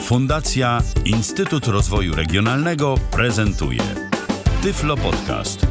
Fundacja Instytut Rozwoju Regionalnego prezentuje Tyflo Podcast.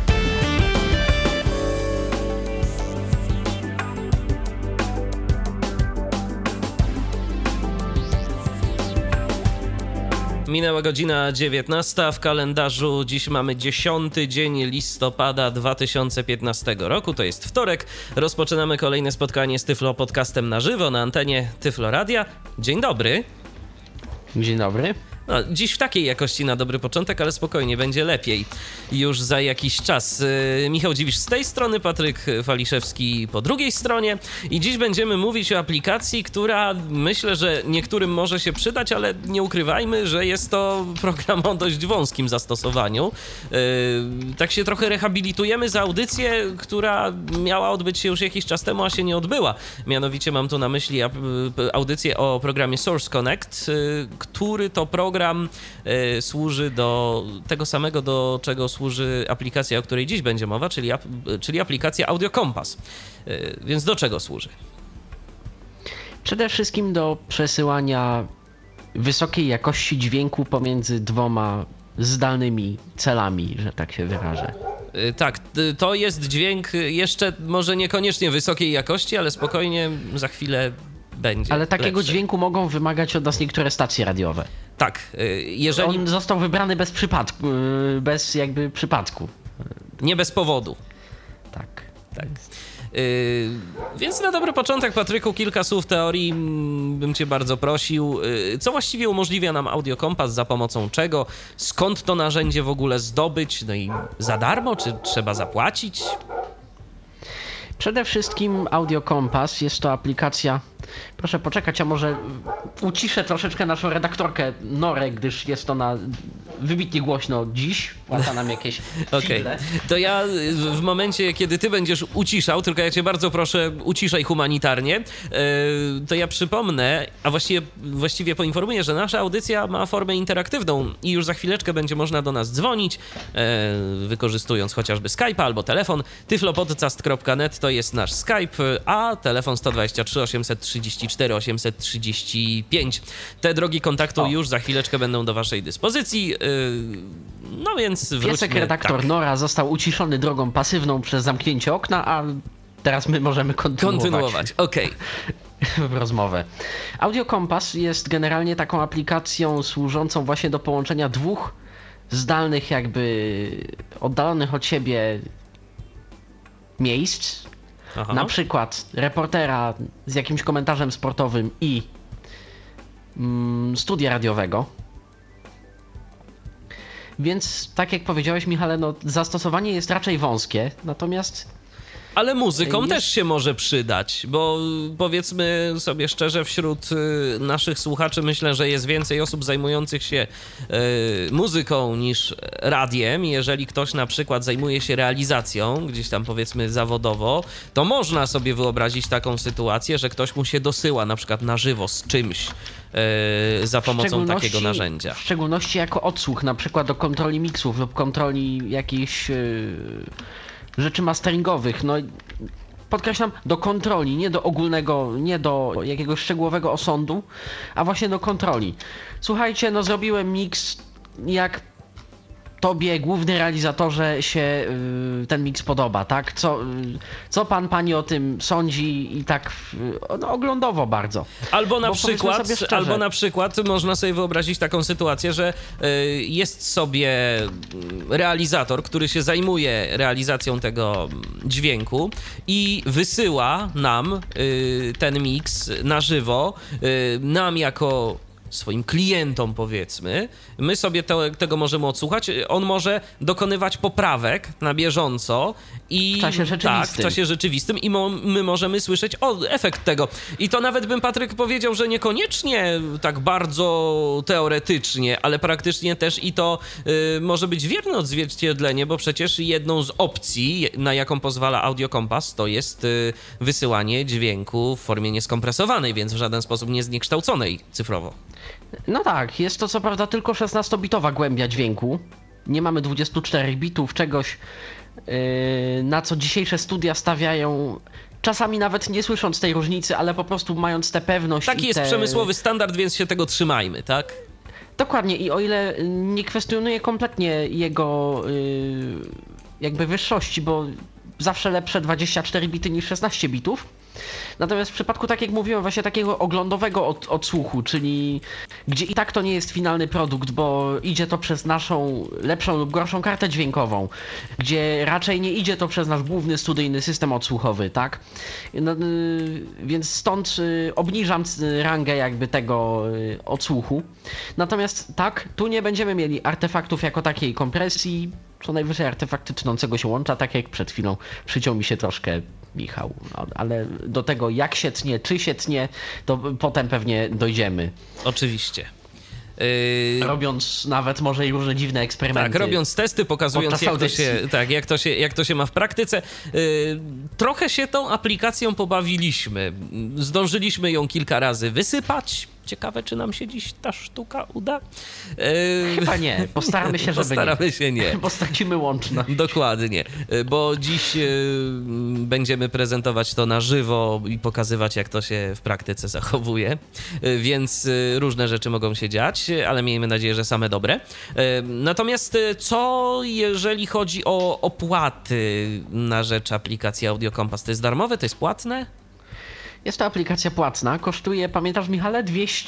Minęła godzina 19 w kalendarzu. Dziś mamy 10 dzień listopada 2015 roku. To jest wtorek. Rozpoczynamy kolejne spotkanie z Tyflo Podcastem na żywo na antenie Tyflo Radia. Dzień dobry. Dzień dobry. No, dziś w takiej jakości na dobry początek, ale spokojnie, będzie lepiej już za jakiś czas. Michał Dziwisz z tej strony, Patryk Waliszewski po drugiej stronie i dziś będziemy mówić o aplikacji, która myślę, że niektórym może się przydać, ale nie ukrywajmy, że jest to program o dość wąskim zastosowaniu. Tak się trochę rehabilitujemy za audycję, która miała odbyć się już jakiś czas temu, a się nie odbyła. Mianowicie mam tu na myśli audycję o programie Source Connect, który to program służy do tego samego, do czego służy aplikacja, o której dziś będzie mowa, czyli aplikacja Audio Compass. Więc do czego służy? Przede wszystkim do przesyłania wysokiej jakości dźwięku pomiędzy dwoma zdalnymi celami, że tak się wyrażę. Tak, to jest dźwięk jeszcze może niekoniecznie wysokiej jakości, ale spokojnie za chwilę będzie. Ale takiego lepszy. Dźwięku mogą wymagać od nas niektóre stacje radiowe. Tak, jeżeli... On został wybrany bez przypadku, bez jakby przypadku. Nie bez powodu. Tak. Więc na dobry początek, Patryku, kilka słów teorii bym cię bardzo prosił. Co właściwie umożliwia nam Audio Compass, za pomocą czego? Skąd to narzędzie w ogóle zdobyć? No i za darmo, czy trzeba zapłacić? Przede wszystkim Audio Compass jest to aplikacja... Proszę poczekać, a może uciszę troszeczkę naszą redaktorkę Norę, gdyż jest ona wybitnie głośno dziś. Łata nam jakieś Okej. To ja w momencie, kiedy ty będziesz uciszał, tylko ja cię bardzo proszę, uciszaj humanitarnie, to ja przypomnę, a właściwie poinformuję, że nasza audycja ma formę interaktywną i już za chwileczkę będzie można do nas dzwonić, wykorzystując chociażby Skype'a albo telefon. tyflopodcast.net to jest nasz Skype, a telefon 123 834 835. Te drogi kontaktu już za chwileczkę będą do waszej dyspozycji. No więc wróćmy. Piesek redaktor Nora został uciszony drogą pasywną przez zamknięcie okna, a teraz my możemy kontynuować. Okej. Rozmowę. Audio Compass jest generalnie taką aplikacją służącą właśnie do połączenia dwóch zdalnych, jakby oddalonych od siebie miejsc. Aha. Na przykład reportera z jakimś komentarzem sportowym i studia radiowego. Więc tak jak powiedziałeś, Michale, no, zastosowanie jest raczej wąskie, natomiast... Ale muzykom też się może przydać, bo powiedzmy sobie szczerze, wśród naszych słuchaczy myślę, że jest więcej osób zajmujących się muzyką niż radiem. Jeżeli ktoś na przykład zajmuje się realizacją, gdzieś tam powiedzmy zawodowo, to można sobie wyobrazić taką sytuację, że ktoś mu się dosyła na przykład na żywo z czymś za pomocą takiego narzędzia. W szczególności jako odsłuch, na przykład do kontroli miksów lub kontroli jakichś... rzeczy masteringowych, no podkreślam, do kontroli, nie do ogólnego, nie do jakiegoś szczegółowego osądu, a właśnie do kontroli. Słuchajcie, no zrobiłem miks, jak tobie, główny realizatorze, się ten miks podoba, tak? Co pan, pani o tym sądzi i tak no, oglądowo bardzo. Albo na przykład można sobie wyobrazić taką sytuację, że jest sobie realizator, który się zajmuje realizacją tego dźwięku i wysyła nam ten miks na żywo, nam jako swoim klientom, powiedzmy. My sobie tego możemy odsłuchać. On może dokonywać poprawek na bieżąco i w czasie rzeczywistym. Tak, w czasie rzeczywistym i my możemy słyszeć efekt tego. I to nawet bym, Patryk, powiedział, że niekoniecznie tak bardzo teoretycznie, ale praktycznie też i to może być wierne odzwierciedlenie, bo przecież jedną z opcji, na jaką pozwala Audio Compass, to jest wysyłanie dźwięku w formie nieskompresowanej, więc w żaden sposób nie zniekształconej cyfrowo. No tak, jest to co prawda tylko 16-bitowa głębia dźwięku. Nie mamy 24 bitów, czegoś, na co dzisiejsze studia stawiają czasami nawet nie słysząc tej różnicy, ale po prostu mając tę pewność. Taki jest przemysłowy standard, więc się tego trzymajmy, tak? Dokładnie i o ile nie kwestionuję kompletnie jego jakby wyższości, bo zawsze lepsze 24 bity niż 16 bitów. Natomiast w przypadku, tak jak mówiłem, właśnie takiego oglądowego odsłuchu, czyli gdzie i tak to nie jest finalny produkt, bo idzie to przez naszą lepszą lub gorszą kartę dźwiękową, gdzie raczej nie idzie to przez nasz główny studyjny system odsłuchowy, tak? No, więc stąd obniżam rangę jakby tego odsłuchu. Natomiast tak, tu nie będziemy mieli artefaktów jako takiej kompresji, co najwyżej artefakty tnącego się łącza, tak jak przed chwilą przyciął mi się troszkę Michał, no, ale do tego jak się tnie, czy się tnie, to potem pewnie dojdziemy. Oczywiście. Robiąc nawet może i różne dziwne eksperymenty. Tak, robiąc testy, pokazując jak to się ma w praktyce. Trochę się tą aplikacją pobawiliśmy. Zdążyliśmy ją kilka razy wysypać. Ciekawe, czy nam się dziś ta sztuka uda? Chyba nie. Postaramy się, żeby nie. Bo stracimy łączność. Dokładnie. Bo dziś będziemy prezentować to na żywo i pokazywać, jak to się w praktyce zachowuje. Więc różne rzeczy mogą się dziać, ale miejmy nadzieję, że same dobre. Natomiast co jeżeli chodzi o opłaty na rzecz aplikacji Audio Compass? To jest darmowe? To jest płatne? Jest to aplikacja płatna, kosztuje, pamiętasz Michale,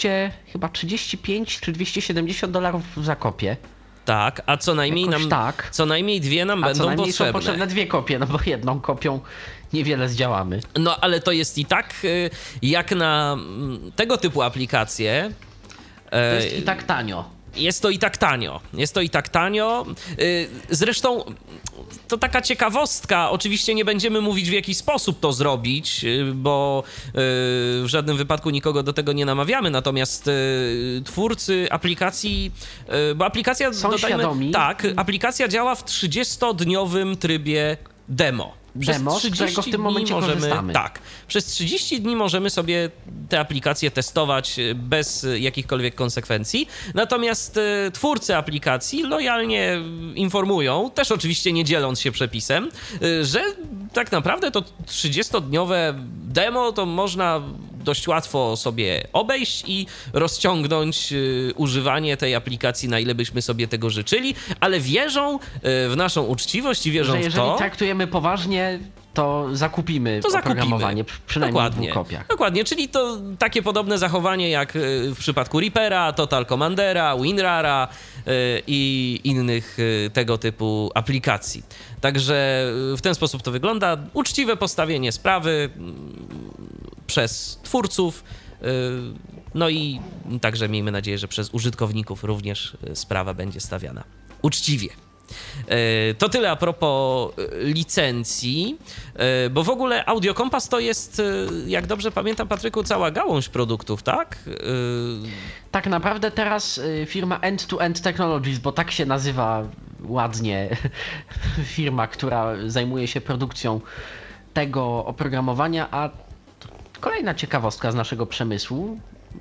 235 czy $270 za kopię. Tak, a co najmniej co najmniej dwie nam będą potrzebne. Są potrzebne 2 kopie, no bo jedną kopią niewiele zdziałamy. No ale to jest i tak, jak na tego typu aplikacje... To jest i tak tanio. Jest to i tak tanio. Zresztą to taka ciekawostka. Oczywiście nie będziemy mówić, w jaki sposób to zrobić, bo w żadnym wypadku nikogo do tego nie namawiamy. Natomiast twórcy aplikacji, bo aplikacja, są świadomi. Tak, aplikacja działa w 30-dniowym trybie demo. Z którego w tym momencie korzystamy. Tak, przez 30 dni możemy sobie te aplikacje testować bez jakichkolwiek konsekwencji. Natomiast twórcy aplikacji lojalnie informują, też oczywiście nie dzieląc się przepisem, że tak naprawdę to 30-dniowe demo to można dość łatwo sobie obejść i rozciągnąć używanie tej aplikacji, na ile byśmy sobie tego życzyli, ale wierzą w naszą uczciwość i wierzą w to... Że jeżeli traktujemy poważnie, to zakupimy oprogramowanie, przynajmniej w 2 kopiach. Dokładnie, czyli to takie podobne zachowanie jak w przypadku Reapera, Total Commandera, WinRara i innych tego typu aplikacji. Także w ten sposób to wygląda. Uczciwe postawienie sprawy przez twórców, no i także miejmy nadzieję, że przez użytkowników również sprawa będzie stawiana uczciwie. To tyle a propos licencji, bo w ogóle Audio Compass to jest, jak dobrze pamiętam, Patryku, cała gałąź produktów, tak? Tak naprawdę teraz firma End-to-End Technologies, bo tak się nazywa ładnie firma, która zajmuje się produkcją tego oprogramowania, a kolejna ciekawostka z naszego przemysłu.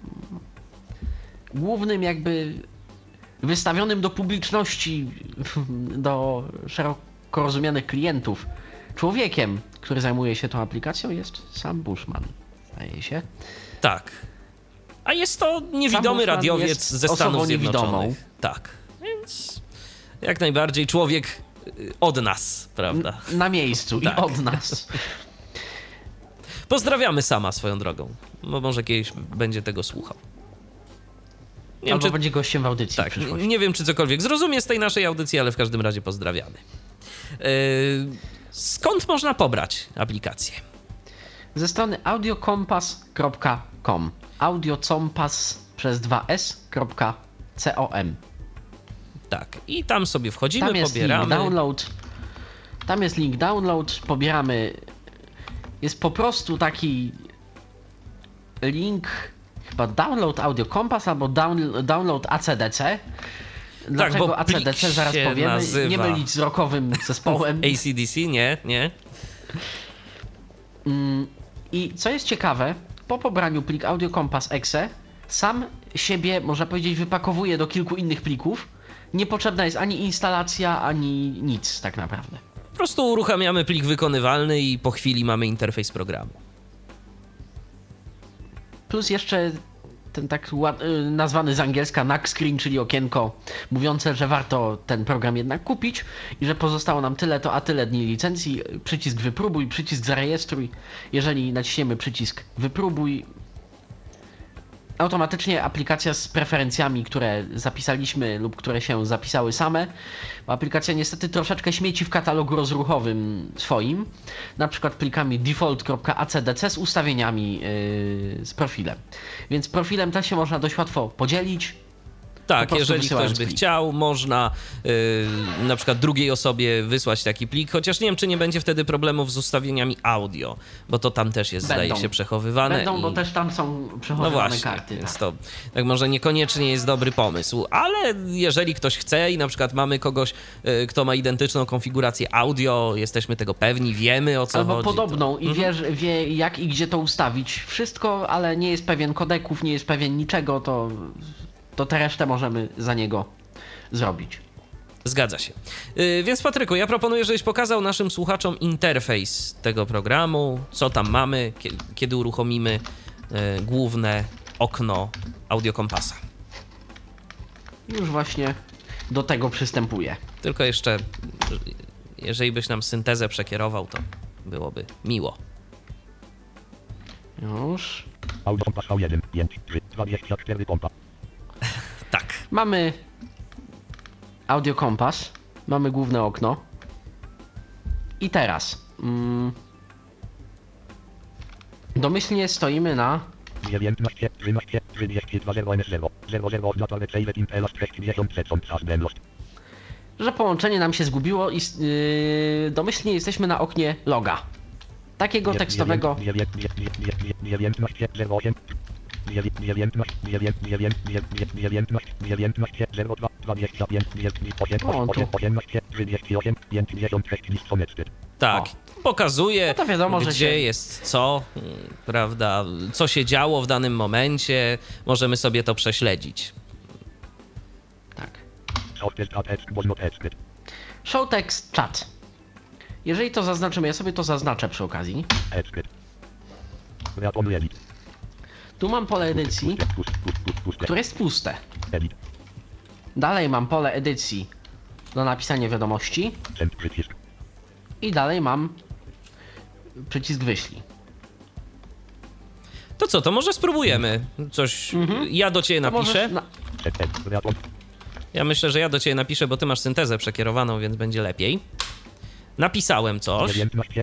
Głównym jakby wystawionym do publiczności, do szeroko rozumianych klientów, człowiekiem, który zajmuje się tą aplikacją, jest Sam Bushman, zdaje się. Tak. A jest to niewidomy radiowiec ze Stanów Zjednoczonych. Tak. Więc jak najbardziej człowiek od nas, prawda? Na miejscu tak. I od nas. Pozdrawiamy Sama swoją drogą, bo może kiedyś będzie tego słuchał. Nie albo wiem, będzie gościem w audycji tak, w przyszłości. Nie wiem, czy cokolwiek zrozumie z tej naszej audycji, ale w każdym razie pozdrawiamy. Skąd można pobrać aplikację? Ze strony audiocompass.com audiocompass przez 2s.com. Tak, i tam sobie wchodzimy, tam jest pobieramy. Tam jest link download, pobieramy. Jest po prostu taki link, chyba download Audio Compass albo download ACDC. Dlaczego tak, ACDC? Zaraz powiemy. Nazywa... Nie mylić z rockowym zespołem. AC/DC? Nie. I co jest ciekawe, po pobraniu plik Audio Compass Exe sam siebie, można powiedzieć, wypakowuje do kilku innych plików. Niepotrzebna jest ani instalacja, ani nic tak naprawdę. Po prostu uruchamiamy plik wykonywalny i po chwili mamy interfejs programu. Plus jeszcze ten tak nazwany z angielska knock screen, czyli okienko mówiące, że warto ten program jednak kupić i że pozostało nam tyle to a tyle dni licencji. Przycisk wypróbuj, przycisk zarejestruj. Jeżeli naciśniemy przycisk wypróbuj, automatycznie aplikacja z preferencjami, które zapisaliśmy lub które się zapisały same, bo aplikacja niestety troszeczkę śmieci w katalogu rozruchowym swoim, na przykład plikami default.acdc z ustawieniami z profilem. Więc profilem też się można dość łatwo podzielić. Tak, jeżeli ktoś by chciał, można na przykład drugiej osobie wysłać taki plik, chociaż nie wiem, czy nie będzie wtedy problemów z ustawieniami audio, bo to tam też jest, zdaje się, przechowywane. Bo też tam są przechowywane karty. Więc to tak może niekoniecznie jest dobry pomysł, ale jeżeli ktoś chce i na przykład mamy kogoś, kto ma identyczną konfigurację audio, jesteśmy tego pewni, wiemy o co chodzi. Albo podobną i wie jak i gdzie to ustawić. Wszystko, ale nie jest pewien kodeków, nie jest pewien niczego, to tę resztę możemy za niego zrobić. Zgadza się. Więc Patryku, ja proponuję, żebyś pokazał naszym słuchaczom interfejs tego programu, co tam mamy, kiedy uruchomimy główne okno Audiokompasa. Już właśnie do tego przystępuję. Tylko jeszcze, jeżeli byś nam syntezę przekierował, to byłoby miło. Już. Audiokompas V1, 5, 3, 24 pompa. Tak. Mamy Audiokompas, mamy główne okno. I teraz domyślnie stoimy na 19, 13, 32, 0, 0, 0, oznaczone save impelas 60 sekund czas demlost. że połączenie nam się zgubiło i domyślnie jesteśmy na oknie loga. Takiego tekstowego. Tak, pokazuje, no to wiadomo, gdzie jest co, prawda, co się działo w danym momencie, możemy sobie to prześledzić. Tak. Show text chat. Jeżeli to zaznaczymy, ja sobie to zaznaczę przy okazji. Tu mam pole edycji, które jest puste. Dalej mam pole edycji do napisania wiadomości. I dalej mam przycisk wyślij. To co, to może spróbujemy coś. Ja do ciebie napiszę. Ja myślę, że ja do ciebie napiszę, bo ty masz syntezę przekierowaną, więc będzie lepiej. Napisałem coś.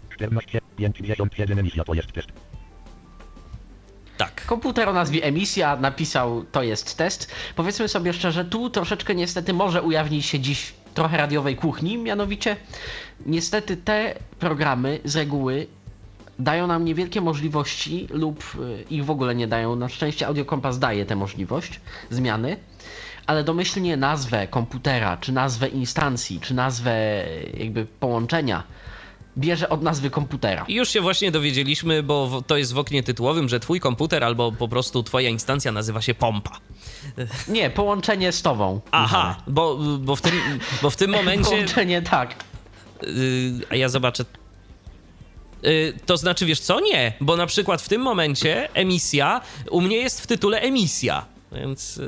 Tak. Komputer o nazwie emisja napisał, to jest test. Powiedzmy sobie szczerze, tu troszeczkę niestety może ujawnić się dziś trochę radiowej kuchni, mianowicie niestety te programy z reguły dają nam niewielkie możliwości lub ich w ogóle nie dają. Na szczęście Audiokompas daje tę możliwość zmiany, ale domyślnie nazwę komputera, czy nazwę instancji, czy nazwę jakby połączenia bierze od nazwy komputera. I już się właśnie dowiedzieliśmy, bo to jest w oknie tytułowym, że twój komputer albo po prostu twoja instancja nazywa się pompa. Nie, połączenie z tobą. Aha, bo w tym momencie... Połączenie, tak. A ja zobaczę... To znaczy, wiesz co? Nie, bo na przykład w tym momencie emisja, u mnie jest w tytule emisja, więc...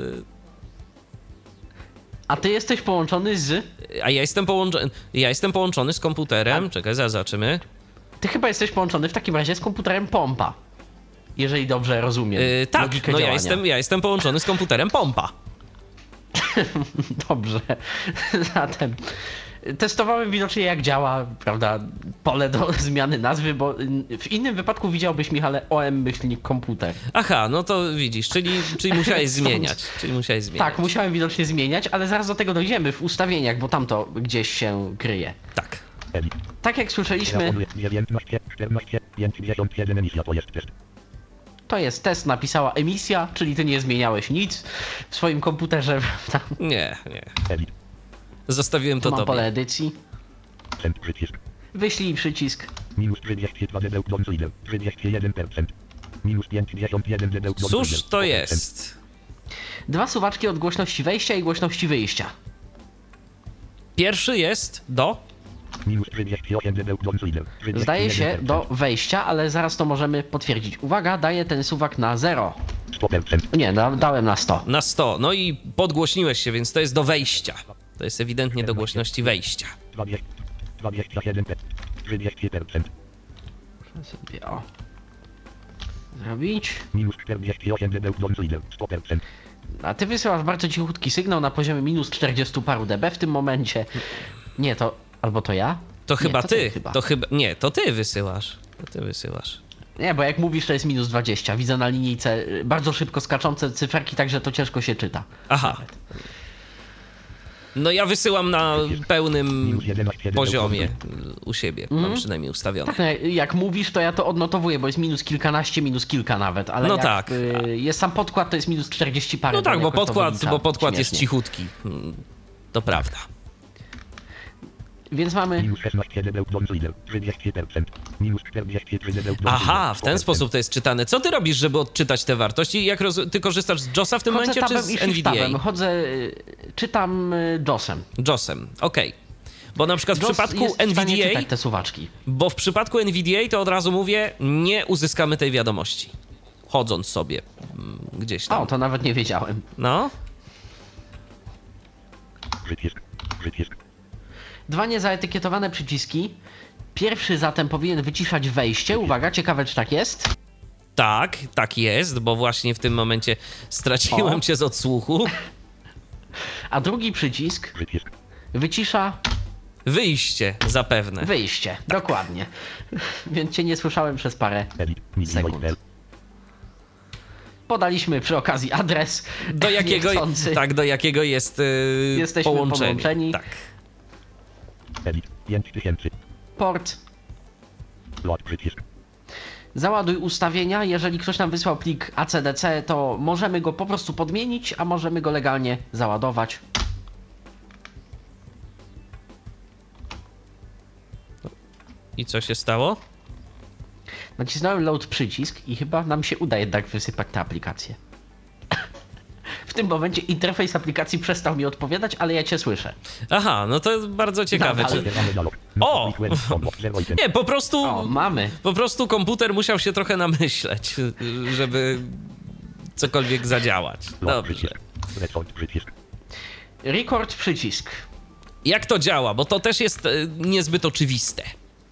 A ty jesteś połączony z... A ja jestem połączony z komputerem. Czekaj, zobaczymy. Ty chyba jesteś połączony w takim razie z komputerem pompa. Jeżeli dobrze rozumiem. Tak, no ja jestem połączony z komputerem pompa. Dobrze. Zatem testowałem widocznie jak działa, prawda, pole do zmiany nazwy, bo w innym wypadku widziałbyś, Michale, OM-komputer. Aha, no to widzisz, czyli musiałeś zmieniać. Tak, musiałem widocznie zmieniać, ale zaraz do tego dojdziemy w ustawieniach, bo tam to gdzieś się kryje. Tak. Tak jak słyszeliśmy, to jest test, napisała emisja, czyli ty nie zmieniałeś nic w swoim komputerze, prawda? Nie. Zostawiłem to mam tobie. Pole edycji. Wyślij przycisk. Cóż to jest? Dwa suwaczki od głośności wejścia i głośności wyjścia. Pierwszy jest do... Zdaje się do wejścia, ale zaraz to możemy potwierdzić. Uwaga, daję ten suwak na 0. 100%. Nie, dałem na 100. Na 100. No i podgłośniłeś się, więc to jest do wejścia. To jest ewidentnie do głośności wejścia. 27%. 30%. Muszę sobie zrobić. Minus 48 dB don't reader. 100%. A ty wysyłasz bardzo cichutki sygnał na poziomie minus 40 paru dB w tym momencie. Nie, to... Albo to ja? To Nie, chyba to ty. chyba. To chyba. Nie, to ty wysyłasz. To ty wysyłasz. Nie, bo jak mówisz, to jest minus 20. Widzę na linijce bardzo szybko skaczące cyferki, także to ciężko się czyta. Aha. No ja wysyłam na pełnym Minus 11 poziomie u siebie. Mam przynajmniej ustawione. Tak, no, jak mówisz, to ja to odnotowuję, bo jest minus kilkanaście, minus kilka nawet, ale No jak tak. Jest sam podkład, to jest minus 40 parę. No tak, bo jakoś to wylicza podkład jest śmiesznie. cichutki. To prawda. Więc mamy... Minus 16 dB don't reader. 30%. Minus 43 dB don't Aha, reader. w ten 100%. sposób to jest czytane. Co ty robisz, żeby odczytać te wartości? Jak ty korzystasz z JOS-a w tym momencie, czy tabem z i NVDA? shift-tabem. Czytam JOS-em. JOS-em, okej. Bo na przykład w JOS przypadku jest w stanie NVDA, czytać te suwaczki. bo w przypadku NVDA to od razu mówię, nie uzyskamy tej wiadomości. Chodząc sobie gdzieś tam. O, to nawet nie wiedziałem. No, Przycisk. Przycisk. 2 niezaetykietowane przyciski. Pierwszy zatem powinien wyciszać wejście. Uwaga, ciekawe czy tak jest. tak jest, bo właśnie w tym momencie straciłem O. cię z odsłuchu. A drugi przycisk Przycisk. wycisza Wyjście zapewne. wyjście. Dokładnie. Więc cię nie słyszałem przez parę Edit. sekund. Podaliśmy przy okazji adres. Do jakiego, niechcący. tak, do jakiego jest Jesteśmy połączenie. połączeni. Tak. Edit. 5000. Port. Load przycisk. Załaduj ustawienia. Jeżeli ktoś nam wysłał plik ACDC, to możemy go po prostu podmienić, a możemy go legalnie załadować. I co się stało? Nacisnąłem load przycisk i chyba nam się uda jednak wysypać tę aplikację. W tym momencie interfejs aplikacji przestał mi odpowiadać, ale ja cię słyszę. Aha, no to bardzo ciekawe. Nadal. O! Nie, O, mamy. po prostu komputer musiał się trochę namyśleć, żeby cokolwiek zadziałać. Dobrze. Record przycisk. Jak to działa? Bo to też jest niezbyt oczywiste.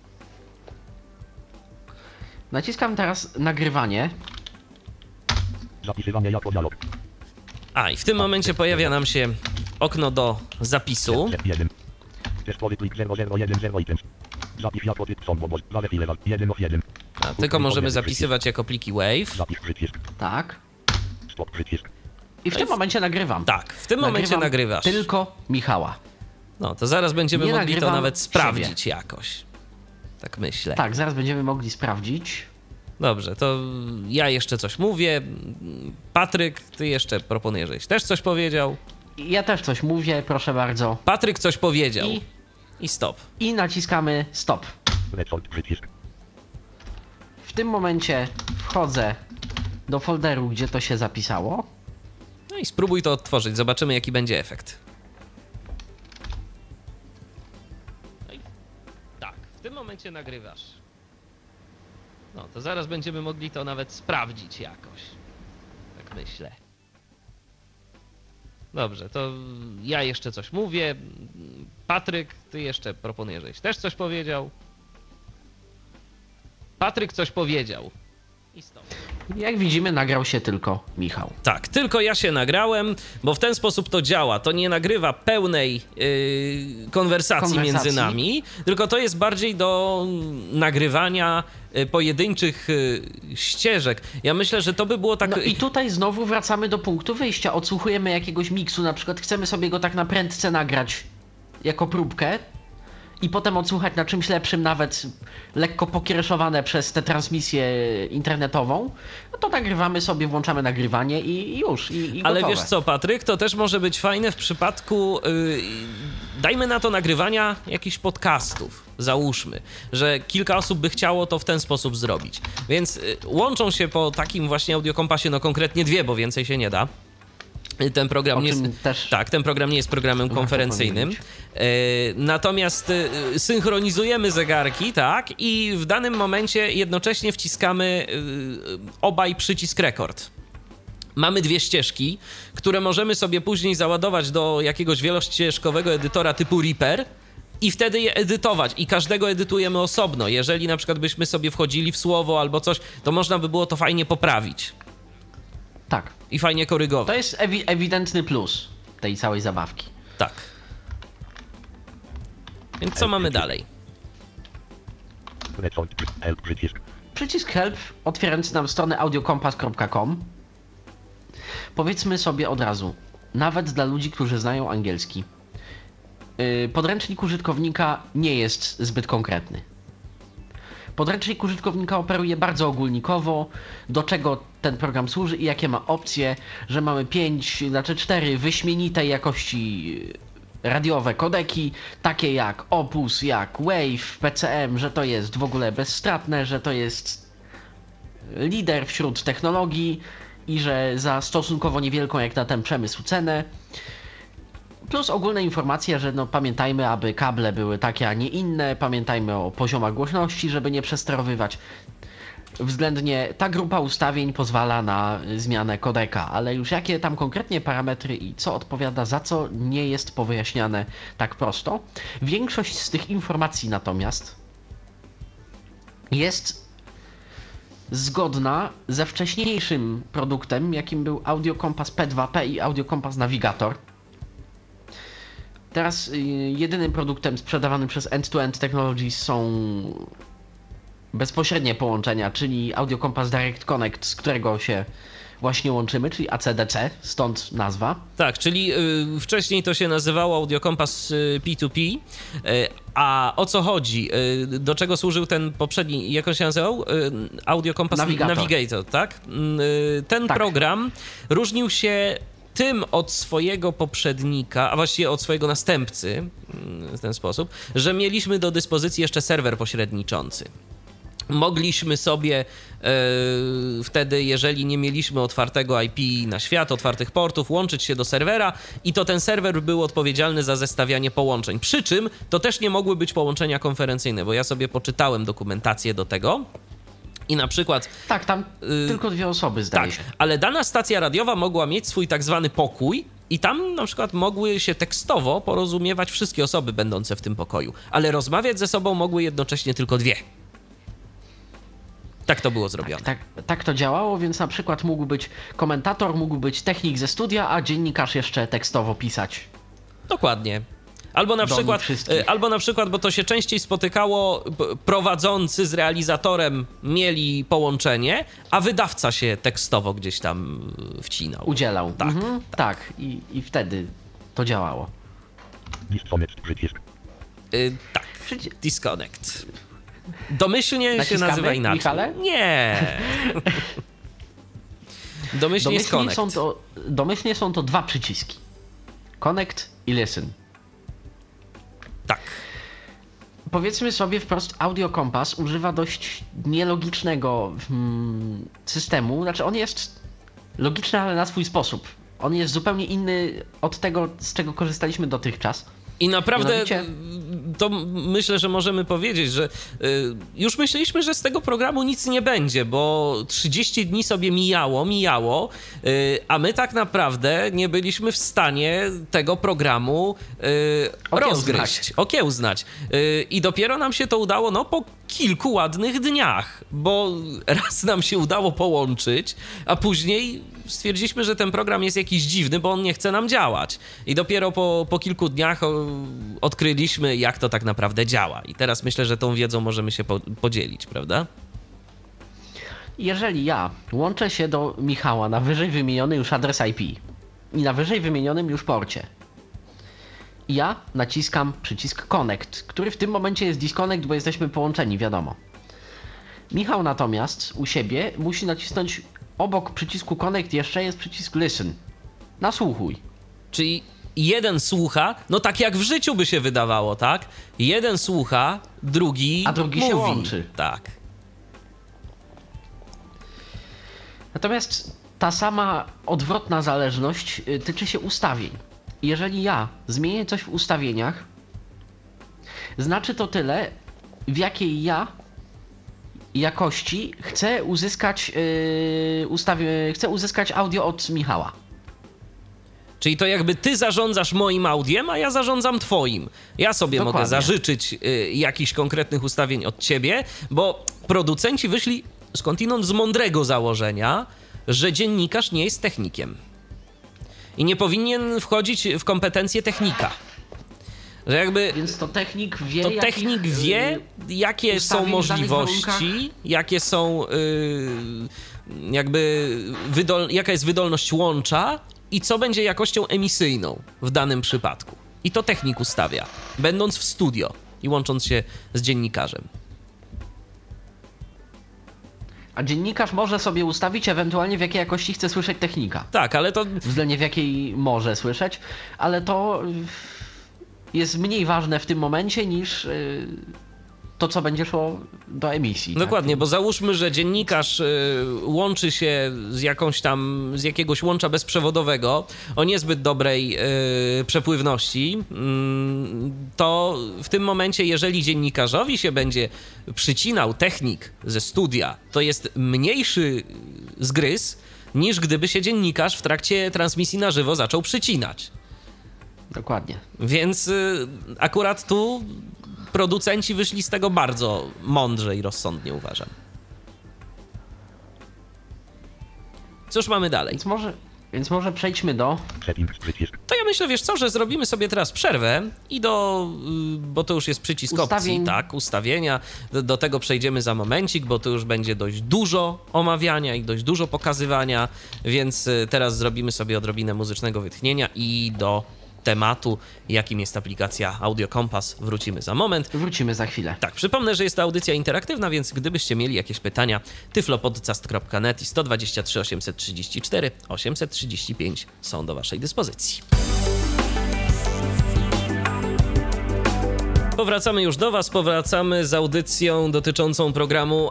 Naciskam teraz nagrywanie. Zapisywanie jako dialog. A, i w tym momencie pojawia nam się okno do zapisu. 1. Testowy plik 00101. Zapis jako typ są, bo zalepilewa 1 of 1. A, tylko możemy zapisywać jako pliki WAV. Zapis przycisk. Tak. Stop przycisk. I w tym momencie nagrywam. Tak, w tym momencie Nagrywam nagrywasz. tylko Michała. No, to zaraz będziemy Nie mogli to nagrywam nawet siebie. sprawdzić jakoś. Tak myślę. Tak, zaraz będziemy mogli sprawdzić. Dobrze, to ja jeszcze coś mówię. Patryk, ty jeszcze proponujesz, żebyś też coś powiedział. Ja też coś mówię, proszę bardzo. Patryk coś powiedział. I stop. I naciskamy stop. Record przycisk. W tym momencie wchodzę do folderu, gdzie to się zapisało. No i spróbuj to odtworzyć, zobaczymy jaki będzie efekt. No i tak, w tym momencie nagrywasz. No to zaraz będziemy mogli to nawet sprawdzić jakoś. Tak myślę. Dobrze, to ja jeszcze coś mówię. Patryk, ty jeszcze proponujesz, żebyś też coś powiedział. Patryk coś powiedział. I stop. Jak widzimy, nagrał się tylko Michał. Tak, tylko ja się nagrałem, bo w ten sposób to działa. To nie nagrywa pełnej konwersacji między nami, tylko to jest bardziej do nagrywania pojedynczych ścieżek. Ja myślę, że to by było tak... No i tutaj znowu wracamy do punktu wyjścia. Odsłuchujemy jakiegoś miksu, na przykład chcemy sobie go tak na prędce nagrać jako próbkę i potem odsłuchać na czymś lepszym, nawet lekko pokiereszowane przez tę transmisję internetową, no to nagrywamy sobie, włączamy nagrywanie i już. I Ale gotowe. wiesz co, Patryk, to też może być fajne w przypadku, dajmy na to nagrywania jakichś podcastów, załóżmy, że kilka osób by chciało to w ten sposób zrobić. Więc łączą się po takim właśnie audiokompasie, no konkretnie 2, bo więcej się nie da. Ten program nie jest, tak, ten program nie jest programem konferencyjnym. Natomiast synchronizujemy zegarki, tak, i w danym momencie jednocześnie wciskamy obaj przycisk rekord. mamy dwie ścieżki, które możemy sobie później załadować do jakiegoś wielościeżkowego edytora typu Reaper i wtedy je edytować. I każdego edytujemy osobno. Jeżeli na przykład byśmy sobie wchodzili w słowo albo coś, to można by było to fajnie poprawić. Tak. I fajnie korygować. To jest ewidentny plus tej całej zabawki. Tak. Więc co mamy dalej? Przycisk Help otwierający nam stronę audiokompass.com. Powiedzmy sobie od razu, nawet dla ludzi, którzy znają angielski, podręcznik użytkownika nie jest zbyt konkretny. Podręcznik użytkownika operuje bardzo ogólnikowo, do czego ten program służy i jakie ma opcje, że mamy 4 wyśmienitej jakości radiowe kodeki, takie jak Opus, jak Wave, PCM, że to jest w ogóle bezstratne, że to jest lider wśród technologii i że za stosunkowo niewielką jak na ten przemysł cenę. Plus ogólne informacje, że pamiętajmy, aby kable były takie, a nie inne, pamiętajmy o poziomach głośności, żeby nie przesterowywać. Względnie ta grupa ustawień pozwala na zmianę kodeka, ale już jakie tam konkretnie parametry i co odpowiada za co, nie jest powyjaśniane tak prosto. Większość z tych informacji natomiast jest zgodna ze wcześniejszym produktem, jakim był Audio Compass P2P i Audio Compass Navigator. Teraz jedynym produktem sprzedawanym przez End2End Technologies są bezpośrednie połączenia, czyli Audio Compass Direct Connect, z którego się właśnie łączymy, czyli ACDC, stąd nazwa. Tak, czyli wcześniej to się nazywało Audio Compass P2P, a o co chodzi? Do czego służył ten poprzedni, jak on się nazywał? Audio Compass Navigator, tak? Ten program różnił się tym od swojego poprzednika, a właściwie od swojego następcy w ten sposób, że mieliśmy do dyspozycji jeszcze serwer pośredniczący. Mogliśmy sobie wtedy, jeżeli nie mieliśmy otwartego IP na świat, otwartych portów, łączyć się do serwera i to ten serwer był odpowiedzialny za zestawianie połączeń. Przy czym to też nie mogły być połączenia konferencyjne, bo ja sobie poczytałem dokumentację do tego. I na przykład... Tak, tam tylko 2 osoby zdaje się. Ale dana stacja radiowa mogła mieć swój tak zwany pokój i tam na przykład mogły się tekstowo porozumiewać wszystkie osoby będące w tym pokoju, ale rozmawiać ze sobą mogły jednocześnie tylko 2. Tak to było zrobione. Tak to działało, więc na przykład mógł być komentator, mógł być technik ze studia, a dziennikarz jeszcze tekstowo pisać. Dokładnie. Albo na przykład, bo to się częściej spotykało, prowadzący z realizatorem mieli połączenie, a wydawca się tekstowo gdzieś tam wcinał. Udzielał. Tak, tak. I wtedy to działało. Tak, Disconnect. Domyślnie Naciskamy, się nazywa inaczej. Michale? Nie. Domyślnie jest Connect. Domyślnie są to 2 przyciski. Connect i Listen. Tak. Powiedzmy sobie wprost, Audio Compass używa dość nielogicznego systemu. Znaczy on jest logiczny, ale na swój sposób. On jest zupełnie inny od tego, z czego korzystaliśmy dotychczas. I naprawdę to myślę, że możemy powiedzieć, że już myśleliśmy, że z tego programu nic nie będzie, bo 30 dni sobie mijało, a my tak naprawdę nie byliśmy w stanie tego programu okiełznać. I dopiero nam się to udało po kilku ładnych dniach, bo raz nam się udało połączyć, a później stwierdziliśmy, że ten program jest jakiś dziwny, bo on nie chce nam działać. I dopiero po kilku dniach odkryliśmy, jak to tak naprawdę działa. I teraz myślę, że tą wiedzą możemy się podzielić, prawda? Jeżeli ja łączę się do Michała na wyżej wymieniony już adres IP i na wyżej wymienionym już porcie, ja naciskam przycisk Connect, który w tym momencie jest Disconnect, bo jesteśmy połączeni, wiadomo. Michał natomiast u siebie musi nacisnąć obok przycisku Connect jeszcze jest przycisk Listen. Nasłuchuj. Czyli jeden słucha, tak jak w życiu by się wydawało, tak? Jeden słucha, drugi mówi. Się łączy. Tak. Natomiast ta sama odwrotna zależność tyczy się ustawień. Jeżeli ja zmienię coś w ustawieniach, znaczy to tyle, w jakiej ja jakości chcę uzyskać chcę uzyskać audio od Michała. Czyli to jakby ty zarządzasz moim audiem, a ja zarządzam twoim. Ja sobie Dokładnie. mogę zażyczyć jakichś konkretnych ustawień od ciebie, bo producenci wyszli skądinąd z mądrego założenia, że dziennikarz nie jest technikiem. I nie powinien wchodzić w kompetencje technika. Że jakby Więc to technik wie, to technik wie, jakie są ustawień w danych możliwości, jakie są jaka jest wydolność łącza i co będzie jakością emisyjną w danym przypadku. I to technik ustawia, będąc w studio i łącząc się z dziennikarzem. A dziennikarz może sobie ustawić ewentualnie w jakiej jakości chce słyszeć technika. Tak, ale to Względnie w jakiej może słyszeć, ale to jest mniej ważne w tym momencie niż to, co będzie szło do emisji. dokładnie, tak? bo załóżmy, że dziennikarz łączy się z jakiegoś łącza bezprzewodowego o niezbyt dobrej przepływności, to w tym momencie, jeżeli dziennikarzowi się będzie przycinał technik ze studia, to jest mniejszy zgryz, niż gdyby się dziennikarz w trakcie transmisji na żywo zaczął przycinać. Dokładnie. Więc akurat tu producenci wyszli z tego bardzo mądrze i rozsądnie, uważam. Cóż mamy dalej? Więc może przejdźmy do... Settings przycisk. To ja myślę, wiesz co, że zrobimy sobie teraz przerwę i bo to już jest przycisk Ustawień. opcji, tak, ustawienia. Do tego przejdziemy za momencik, bo to już będzie dość dużo omawiania i dość dużo pokazywania, więc teraz zrobimy sobie odrobinę muzycznego wytchnienia i do tematu, jakim jest aplikacja Audio Compass, wrócimy za moment. Wrócimy za chwilę. Tak, przypomnę, że jest to audycja interaktywna, więc gdybyście mieli jakieś pytania, tyflopodcast.net i 123 834 835 są do waszej dyspozycji. Powracamy już do was, powracamy z audycją dotyczącą programu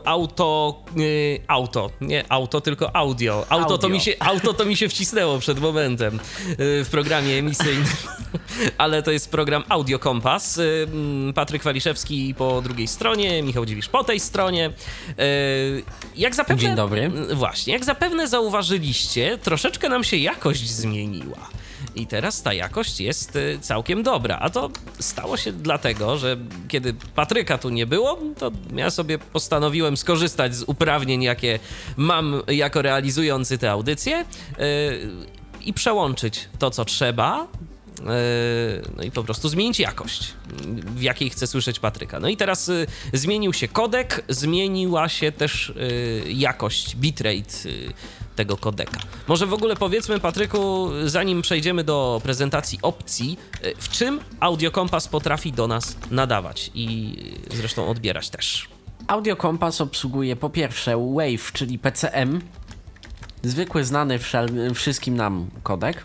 tylko audio. Auto to mi się wcisnęło przed momentem w programie emisyjnym, ale to jest program Audio Compass. Patryk Waliszewski po drugiej stronie, Michał Dziwisz po tej stronie. Jak zapewne, Dzień dobry. Właśnie, jak zapewne zauważyliście, troszeczkę nam się jakość zmieniła. I teraz ta jakość jest całkiem dobra. A to stało się dlatego, że kiedy Patryka tu nie było, to ja sobie postanowiłem skorzystać z uprawnień, jakie mam jako realizujący tę audycję i przełączyć to, co trzeba. No i po prostu zmienić jakość, w jakiej chcę słyszeć Patryka. No i teraz zmienił się kodek, zmieniła się też jakość, bitrate tego kodeka. Może w ogóle powiedzmy, Patryku, zanim przejdziemy do prezentacji opcji, w czym Audio Compass potrafi do nas nadawać i zresztą odbierać też. Audio Compass obsługuje po pierwsze Wave, czyli PCM, zwykły, znany wszystkim nam kodek.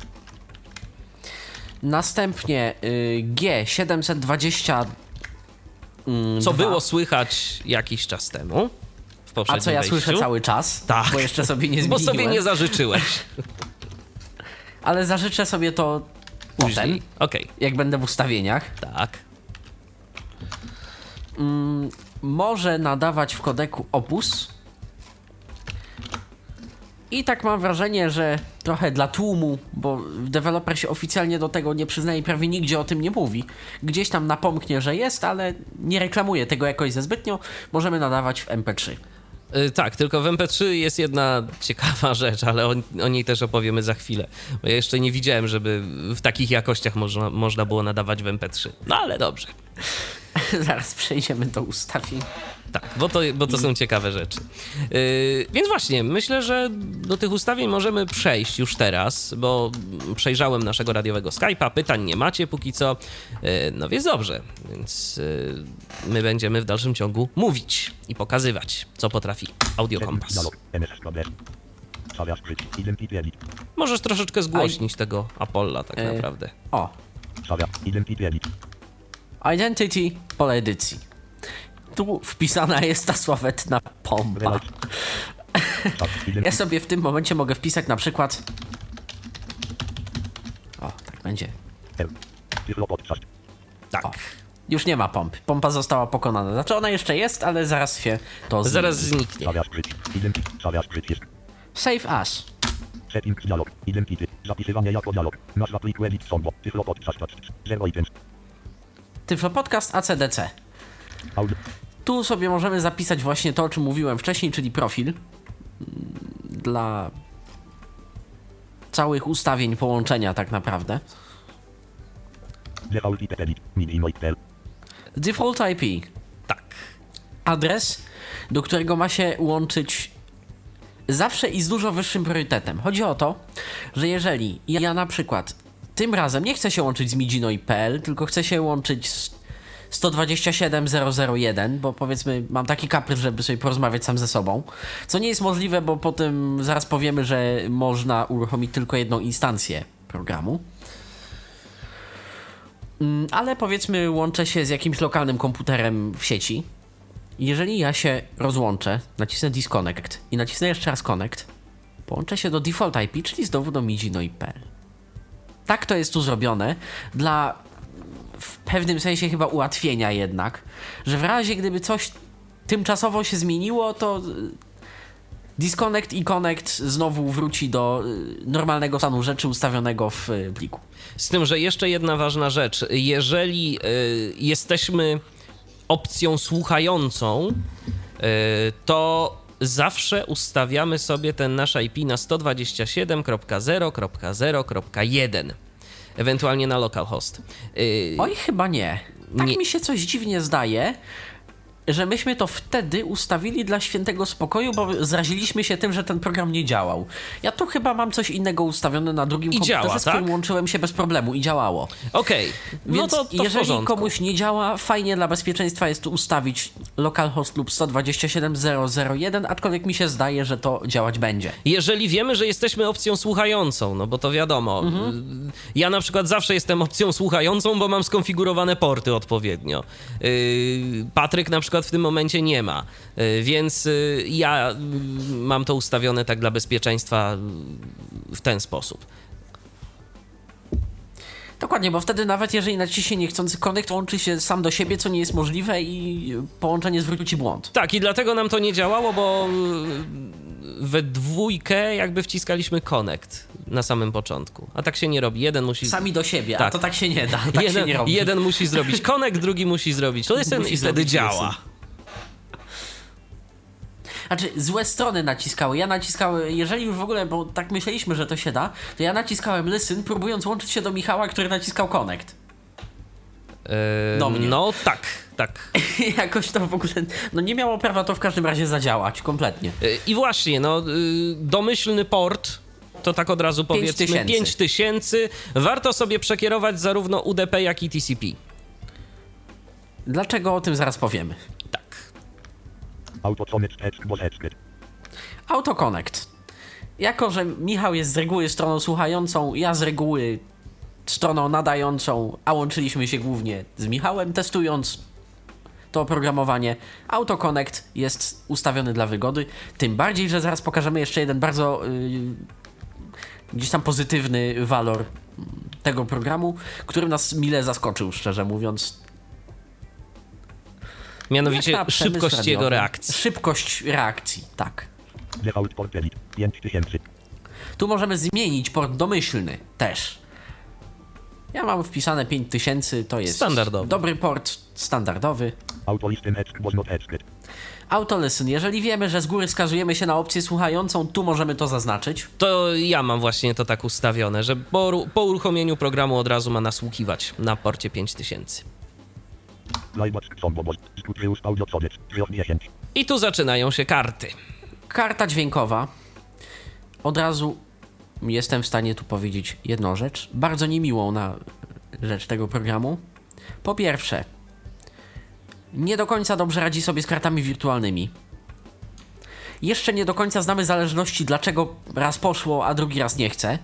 Następnie G720. Co było słychać jakiś czas temu. A co ja wejściu. słyszę cały czas, Tak. bo jeszcze sobie nie Bo zmieniłem. sobie nie zażyczyłeś. Ale zażyczę sobie to potem, Później. Okej. jak będę w ustawieniach. Tak. Może nadawać w kodeku Opus. I tak mam wrażenie, że trochę dla tłumu, bo deweloper się oficjalnie do tego nie przyznaje i prawie nigdzie o tym nie mówi. Gdzieś tam napomknie, że jest, ale nie reklamuje tego jakoś za zbytnio. Możemy nadawać w MP3. Tak, tylko w MP3 jest jedna ciekawa rzecz, ale o niej też opowiemy za chwilę. Bo ja jeszcze nie widziałem, żeby w takich jakościach można było nadawać w MP3. No ale dobrze. Zaraz przejdziemy do ustawień. Tak, bo to są ciekawe rzeczy. Więc właśnie, myślę, że do tych ustawień możemy przejść już teraz, bo przejrzałem naszego radiowego Skype'a, pytań nie macie póki co, no więc dobrze. Więc my będziemy w dalszym ciągu mówić i pokazywać, co potrafi Audio Compass. Możesz troszeczkę zgłośnić tego Apolla tak naprawdę. O. Identity pole edycji. Tu wpisana jest ta sławetna pompa. Ja sobie w tym momencie mogę wpisać na przykład... O, tak będzie. Tak. O. Już nie ma pompy. Pompa została pokonana. Znaczy ona jeszcze jest, ale zaraz się to Zaraz zniknie. Save as. Settings dialog. Identity. Zapisywanie jako dialog. Nazwa pliku edit combo. Tyflo podcast. 0 items. Tyflo Podcast ACDC. Audio. Tu sobie możemy zapisać właśnie to, o czym mówiłem wcześniej, czyli profil dla całych ustawień połączenia tak naprawdę. Default IP edit. Mini.pl. Default IP. Tak. Adres, do którego ma się łączyć zawsze i z dużo wyższym priorytetem. Chodzi o to, że jeżeli ja na przykład tym razem nie chcę się łączyć z midzinoi.pl, tylko chcę się łączyć z 127.001, bo powiedzmy mam taki kaprys, żeby sobie porozmawiać sam ze sobą, co nie jest możliwe, bo potem zaraz powiemy, że można uruchomić tylko jedną instancję programu. Ale powiedzmy łączę się z jakimś lokalnym komputerem w sieci. Jeżeli ja się rozłączę, nacisnę disconnect i nacisnę jeszcze raz connect, połączę się do default IP, czyli znowu do midzinoi.pl. Tak to jest tu zrobione dla w pewnym sensie chyba ułatwienia jednak, że w razie gdyby coś tymczasowo się zmieniło, to disconnect i connect znowu wróci do normalnego stanu rzeczy ustawionego w pliku. Z tym, że jeszcze jedna ważna rzecz. Jeżeli jesteśmy opcją słuchającą, to zawsze ustawiamy sobie ten nasz IP na 127.0.0.1, ewentualnie na localhost. Oj, chyba nie. Tak Nie. mi się coś dziwnie zdaje, że myśmy to wtedy ustawili dla świętego spokoju, bo zraziliśmy się tym, że ten program nie działał. Ja tu chyba mam coś innego ustawione na drugim komputerze, działa, z którym tak? łączyłem się bez problemu i działało. Okej, no Więc to w jeżeli porządku. komuś nie działa, fajnie dla bezpieczeństwa jest tu ustawić localhost lub 127.0.0.1, aczkolwiek mi się zdaje, że to działać będzie. Jeżeli wiemy, że jesteśmy opcją słuchającą, no bo to wiadomo, ja na przykład zawsze jestem opcją słuchającą, bo mam skonfigurowane porty odpowiednio. Patryk na przykład w tym momencie nie ma, więc ja mam to ustawione tak dla bezpieczeństwa w ten sposób. Dokładnie, bo wtedy nawet jeżeli naciśnie niechcący connect, łączy się sam do siebie, co nie jest możliwe i połączenie zwróci ci błąd. Tak, i dlatego nam to nie działało, bo we dwójkę jakby wciskaliśmy connect na samym początku. A tak się nie robi. Jeden musi... Sami do siebie, Tak. a to tak się nie da, tak się nie robi. Jeden musi zrobić connect, drugi musi zrobić listen Musi i wtedy zrobić działa. listen. Znaczy, złe strony naciskały. Ja naciskałem, jeżeli już w ogóle, bo tak myśleliśmy, że to się da, to ja naciskałem listen, próbując łączyć się do Michała, który naciskał connect. Do mnie. No tak. Jakoś to w ogóle, no nie miało prawa to w każdym razie zadziałać, kompletnie. I właśnie, no domyślny port, to tak od razu powiedzmy 5000. Warto sobie przekierować zarówno UDP, jak i TCP. Dlaczego, o tym zaraz powiemy. Tak. AutoConnect. Jako, że Michał jest z reguły stroną słuchającą, ja z reguły stroną nadającą, a łączyliśmy się głównie z Michałem, testując to oprogramowanie, AutoConnect jest ustawiony dla wygody. Tym bardziej, że zaraz pokażemy jeszcze jeden bardzo gdzieś tam pozytywny walor tego programu, który nas mile zaskoczył, szczerze mówiąc. Mianowicie Jak na przemysł szybkość radiowy. jego reakcji. Szybkość reakcji, tak. Default port edit. 5000. Tu możemy zmienić port domyślny też. Ja mam wpisane 5000, to jest Standardowy. dobry port, standardowy. Autolisten edge was not edged. AutoListen. Jeżeli wiemy, że z góry skazujemy się na opcję słuchającą, tu możemy to zaznaczyć. To ja mam właśnie to tak ustawione, że po uruchomieniu programu od razu ma nasłuchiwać na porcie 5000. I tu zaczynają się karty. Karta dźwiękowa. Od razu jestem w stanie tu powiedzieć jedną rzecz, bardzo niemiłą na rzecz tego programu. Po pierwsze, nie do końca dobrze radzi sobie z kartami wirtualnymi. Jeszcze nie do końca znamy zależności, dlaczego raz poszło, a drugi raz nie chce.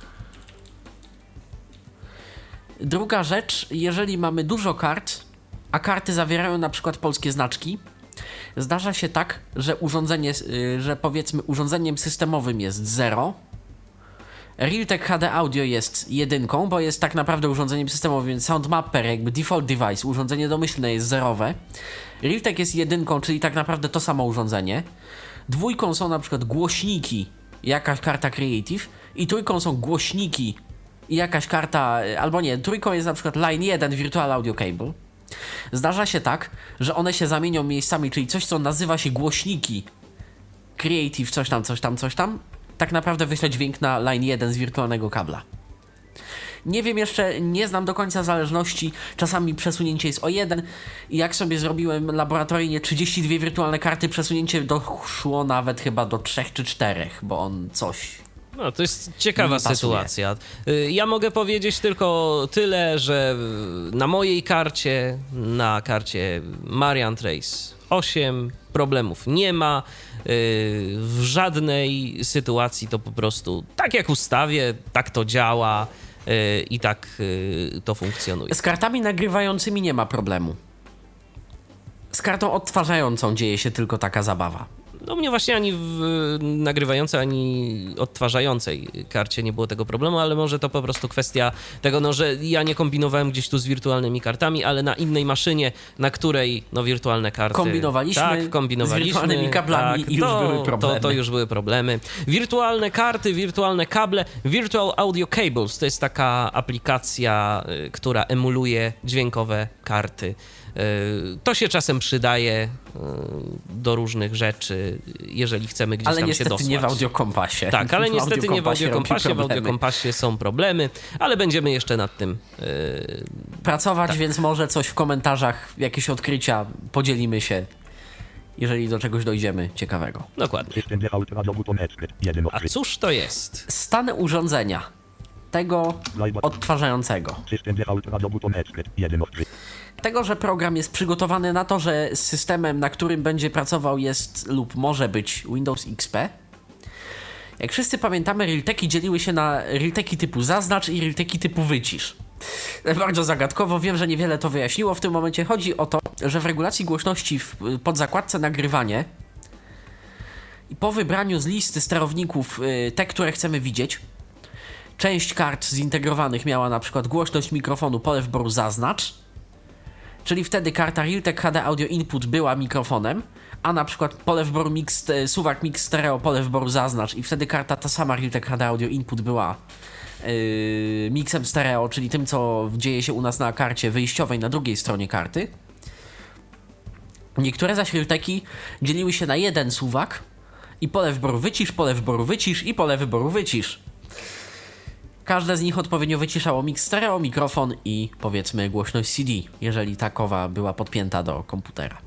Druga rzecz, jeżeli mamy dużo kart, a karty zawierają na przykład polskie znaczki, zdarza się tak, że urządzenie, że powiedzmy urządzeniem systemowym jest 0, Realtek HD Audio jest 1, bo jest tak naprawdę urządzeniem systemowym, więc SoundMapper, jakby default device, urządzenie domyślne jest 0. Realtek jest 1, czyli tak naprawdę to samo urządzenie. 2 są na przykład głośniki, jakaś karta Creative, i 3 są głośniki i jakaś karta, albo nie, 3 jest na przykład Line 1 Virtual Audio Cable. Zdarza się tak, że one się zamienią miejscami, czyli coś, co nazywa się głośniki Creative, coś tam, tak naprawdę wyśle dźwięk na Line 1 z wirtualnego kabla. Nie wiem jeszcze, nie znam do końca zależności, czasami przesunięcie jest o 1 i jak sobie zrobiłem laboratoryjnie 32 wirtualne karty, przesunięcie doszło nawet chyba do 3 czy 4, bo on coś... No, to jest ciekawa sytuacja. Ja mogę powiedzieć tylko tyle, że na mojej karcie, na karcie Marian Trace 8 problemów nie ma. W żadnej sytuacji to po prostu tak jak ustawię, tak to działa i tak to funkcjonuje. Z kartami nagrywającymi nie ma problemu. Z kartą odtwarzającą dzieje się tylko taka zabawa. No mnie właśnie ani w nagrywającej, ani odtwarzającej karcie nie było tego problemu, ale może to po prostu kwestia tego, no, że ja nie kombinowałem gdzieś tu z wirtualnymi kartami, ale na innej maszynie, na której no wirtualne karty... Kombinowaliśmy z wirtualnymi kablami tak, i już były problemy. To już były problemy. Wirtualne karty, wirtualne kable, Virtual Audio Cables to jest taka aplikacja, która emuluje dźwiękowe karty. To się czasem przydaje do różnych rzeczy, jeżeli chcemy gdzieś tam się dosłać. Ale niestety nie w Audiokompasie. Tak, ale niestety nie w Audiokompasie. W Audiokompasie są problemy, ale będziemy jeszcze nad tym pracować, tak. Więc może coś w komentarzach, jakieś odkrycia, podzielimy się, jeżeli do czegoś dojdziemy ciekawego. Dokładnie. A cóż to jest? Stan urządzenia, tego odtwarzającego. Tego, że program jest przygotowany na to, że systemem, na którym będzie pracował jest lub może być Windows XP. Jak wszyscy pamiętamy, Realteki dzieliły się na Realteki typu zaznacz i Realteki typu wycisz. Bardzo zagadkowo, wiem, że niewiele to wyjaśniło w tym momencie. Chodzi o to, że w regulacji głośności w podzakładce nagrywanie i po wybraniu z listy sterowników te, które chcemy widzieć, część kart zintegrowanych miała na przykład głośność mikrofonu pole wyboru zaznacz, czyli wtedy karta Realtek HD Audio Input była mikrofonem, a na przykład pole wyboru suwak mix stereo pole wyboru zaznacz i wtedy karta ta sama Realtek HD Audio Input była mixem stereo, czyli tym, co dzieje się u nas na karcie wyjściowej na drugiej stronie karty. Niektóre zaś Realteki dzieliły się na jeden suwak i pole wyboru wycisz, pole wyboru wycisz i pole wyboru wycisz. Każde z nich odpowiednio wyciszało mix stereo, mikrofon i powiedzmy głośność CD, jeżeli takowa była podpięta do komputera.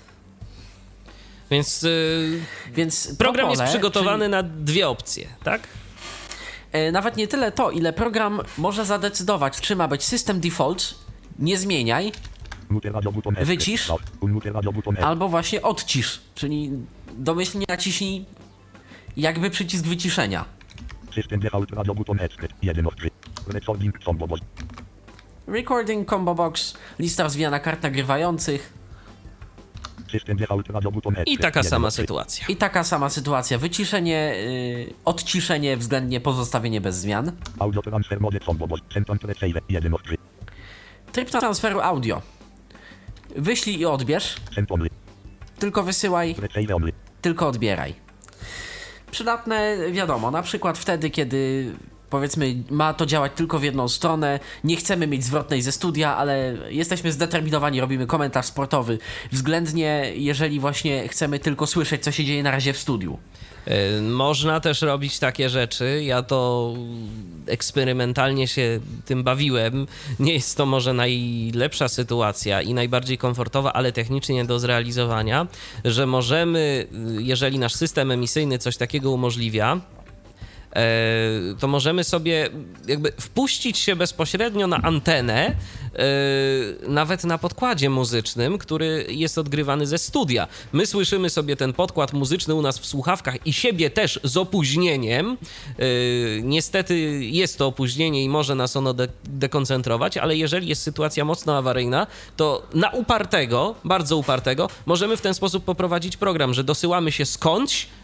Więc program jest przygotowany na dwie opcje, tak? Nawet nie tyle to, ile program może zadecydować, czy ma być system default, nie zmieniaj, wycisz, albo właśnie odcisz, czyli domyślnie naciśnij jakby przycisk wyciszenia. Recording Combo Box, lista rozwijana kart nagrywających. I taka sama sytuacja. I taka sama sytuacja. Wyciszenie, odciszenie, względnie pozostawienie bez zmian. Tryb transferu audio. Wyślij i odbierz. Tylko wysyłaj, tylko odbieraj. Przydatne, wiadomo, na przykład wtedy, kiedy powiedzmy ma to działać tylko w jedną stronę, nie chcemy mieć zwrotnej ze studia, ale jesteśmy zdeterminowani, robimy komentarz sportowy, względnie jeżeli właśnie chcemy tylko słyszeć, co się dzieje na razie w studiu. Można też robić takie rzeczy, ja to eksperymentalnie się tym bawiłem, nie jest to może najlepsza sytuacja i najbardziej komfortowa, ale technicznie do zrealizowania, że możemy, jeżeli nasz system emisyjny coś takiego umożliwia, to możemy sobie jakby wpuścić się bezpośrednio na antenę, nawet na podkładzie muzycznym, który jest odgrywany ze studia. My słyszymy sobie ten podkład muzyczny u nas w słuchawkach i siebie też z opóźnieniem. Niestety jest to opóźnienie i może nas ono dekoncentrować, ale jeżeli jest sytuacja mocno awaryjna, to na upartego, bardzo upartego, możemy w ten sposób poprowadzić program, że dosyłamy się skądś,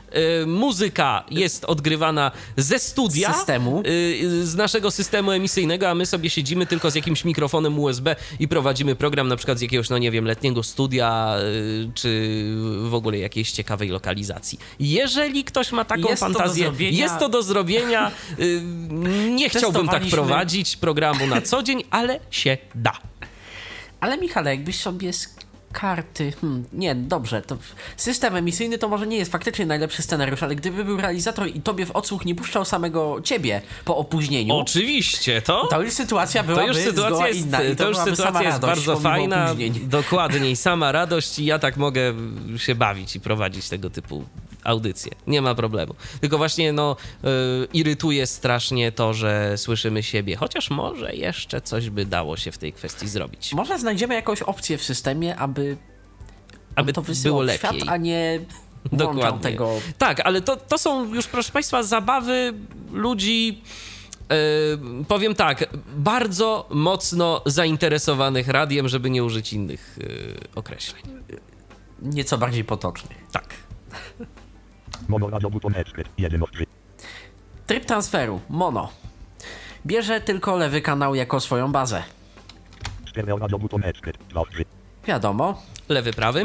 muzyka jest odgrywana ze studia, Systemu. z naszego systemu emisyjnego, a my sobie siedzimy tylko z jakimś mikrofonem USB i prowadzimy program na przykład z jakiegoś, no nie wiem, letniego studia, czy w ogóle jakiejś ciekawej lokalizacji. Jeżeli ktoś ma taką fantazję, jest to do zrobienia. Nie chciałbym tak prowadzić programu na co dzień, ale się da. Ale Michale, jakbyś sobie z karty... nie, dobrze, to system emisyjny to może nie jest faktycznie najlepszy scenariusz, ale gdyby był realizator i tobie w odsłuch nie puszczał samego ciebie po opóźnieniu... Oczywiście, to już sytuacja byłaby zgoła inna. To już sytuacja jest bardzo fajna, dokładniej, sama radość i ja tak mogę się bawić i prowadzić tego typu audycje. Nie ma problemu. Tylko właśnie, irytuje strasznie to, że słyszymy siebie, chociaż może jeszcze coś by dało się w tej kwestii zrobić. Może znajdziemy jakąś opcję w systemie, aby to było lepiej. Świat, a nie włączał tego. Tak, ale to są już, proszę Państwa, zabawy ludzi, powiem tak, bardzo mocno zainteresowanych radiem, żeby nie użyć innych określeń. Nieco bardziej potocznych. Tak. Tryb transferu, mono. Bierze tylko lewy kanał jako swoją bazę. Wiadomo. Lewy, prawy.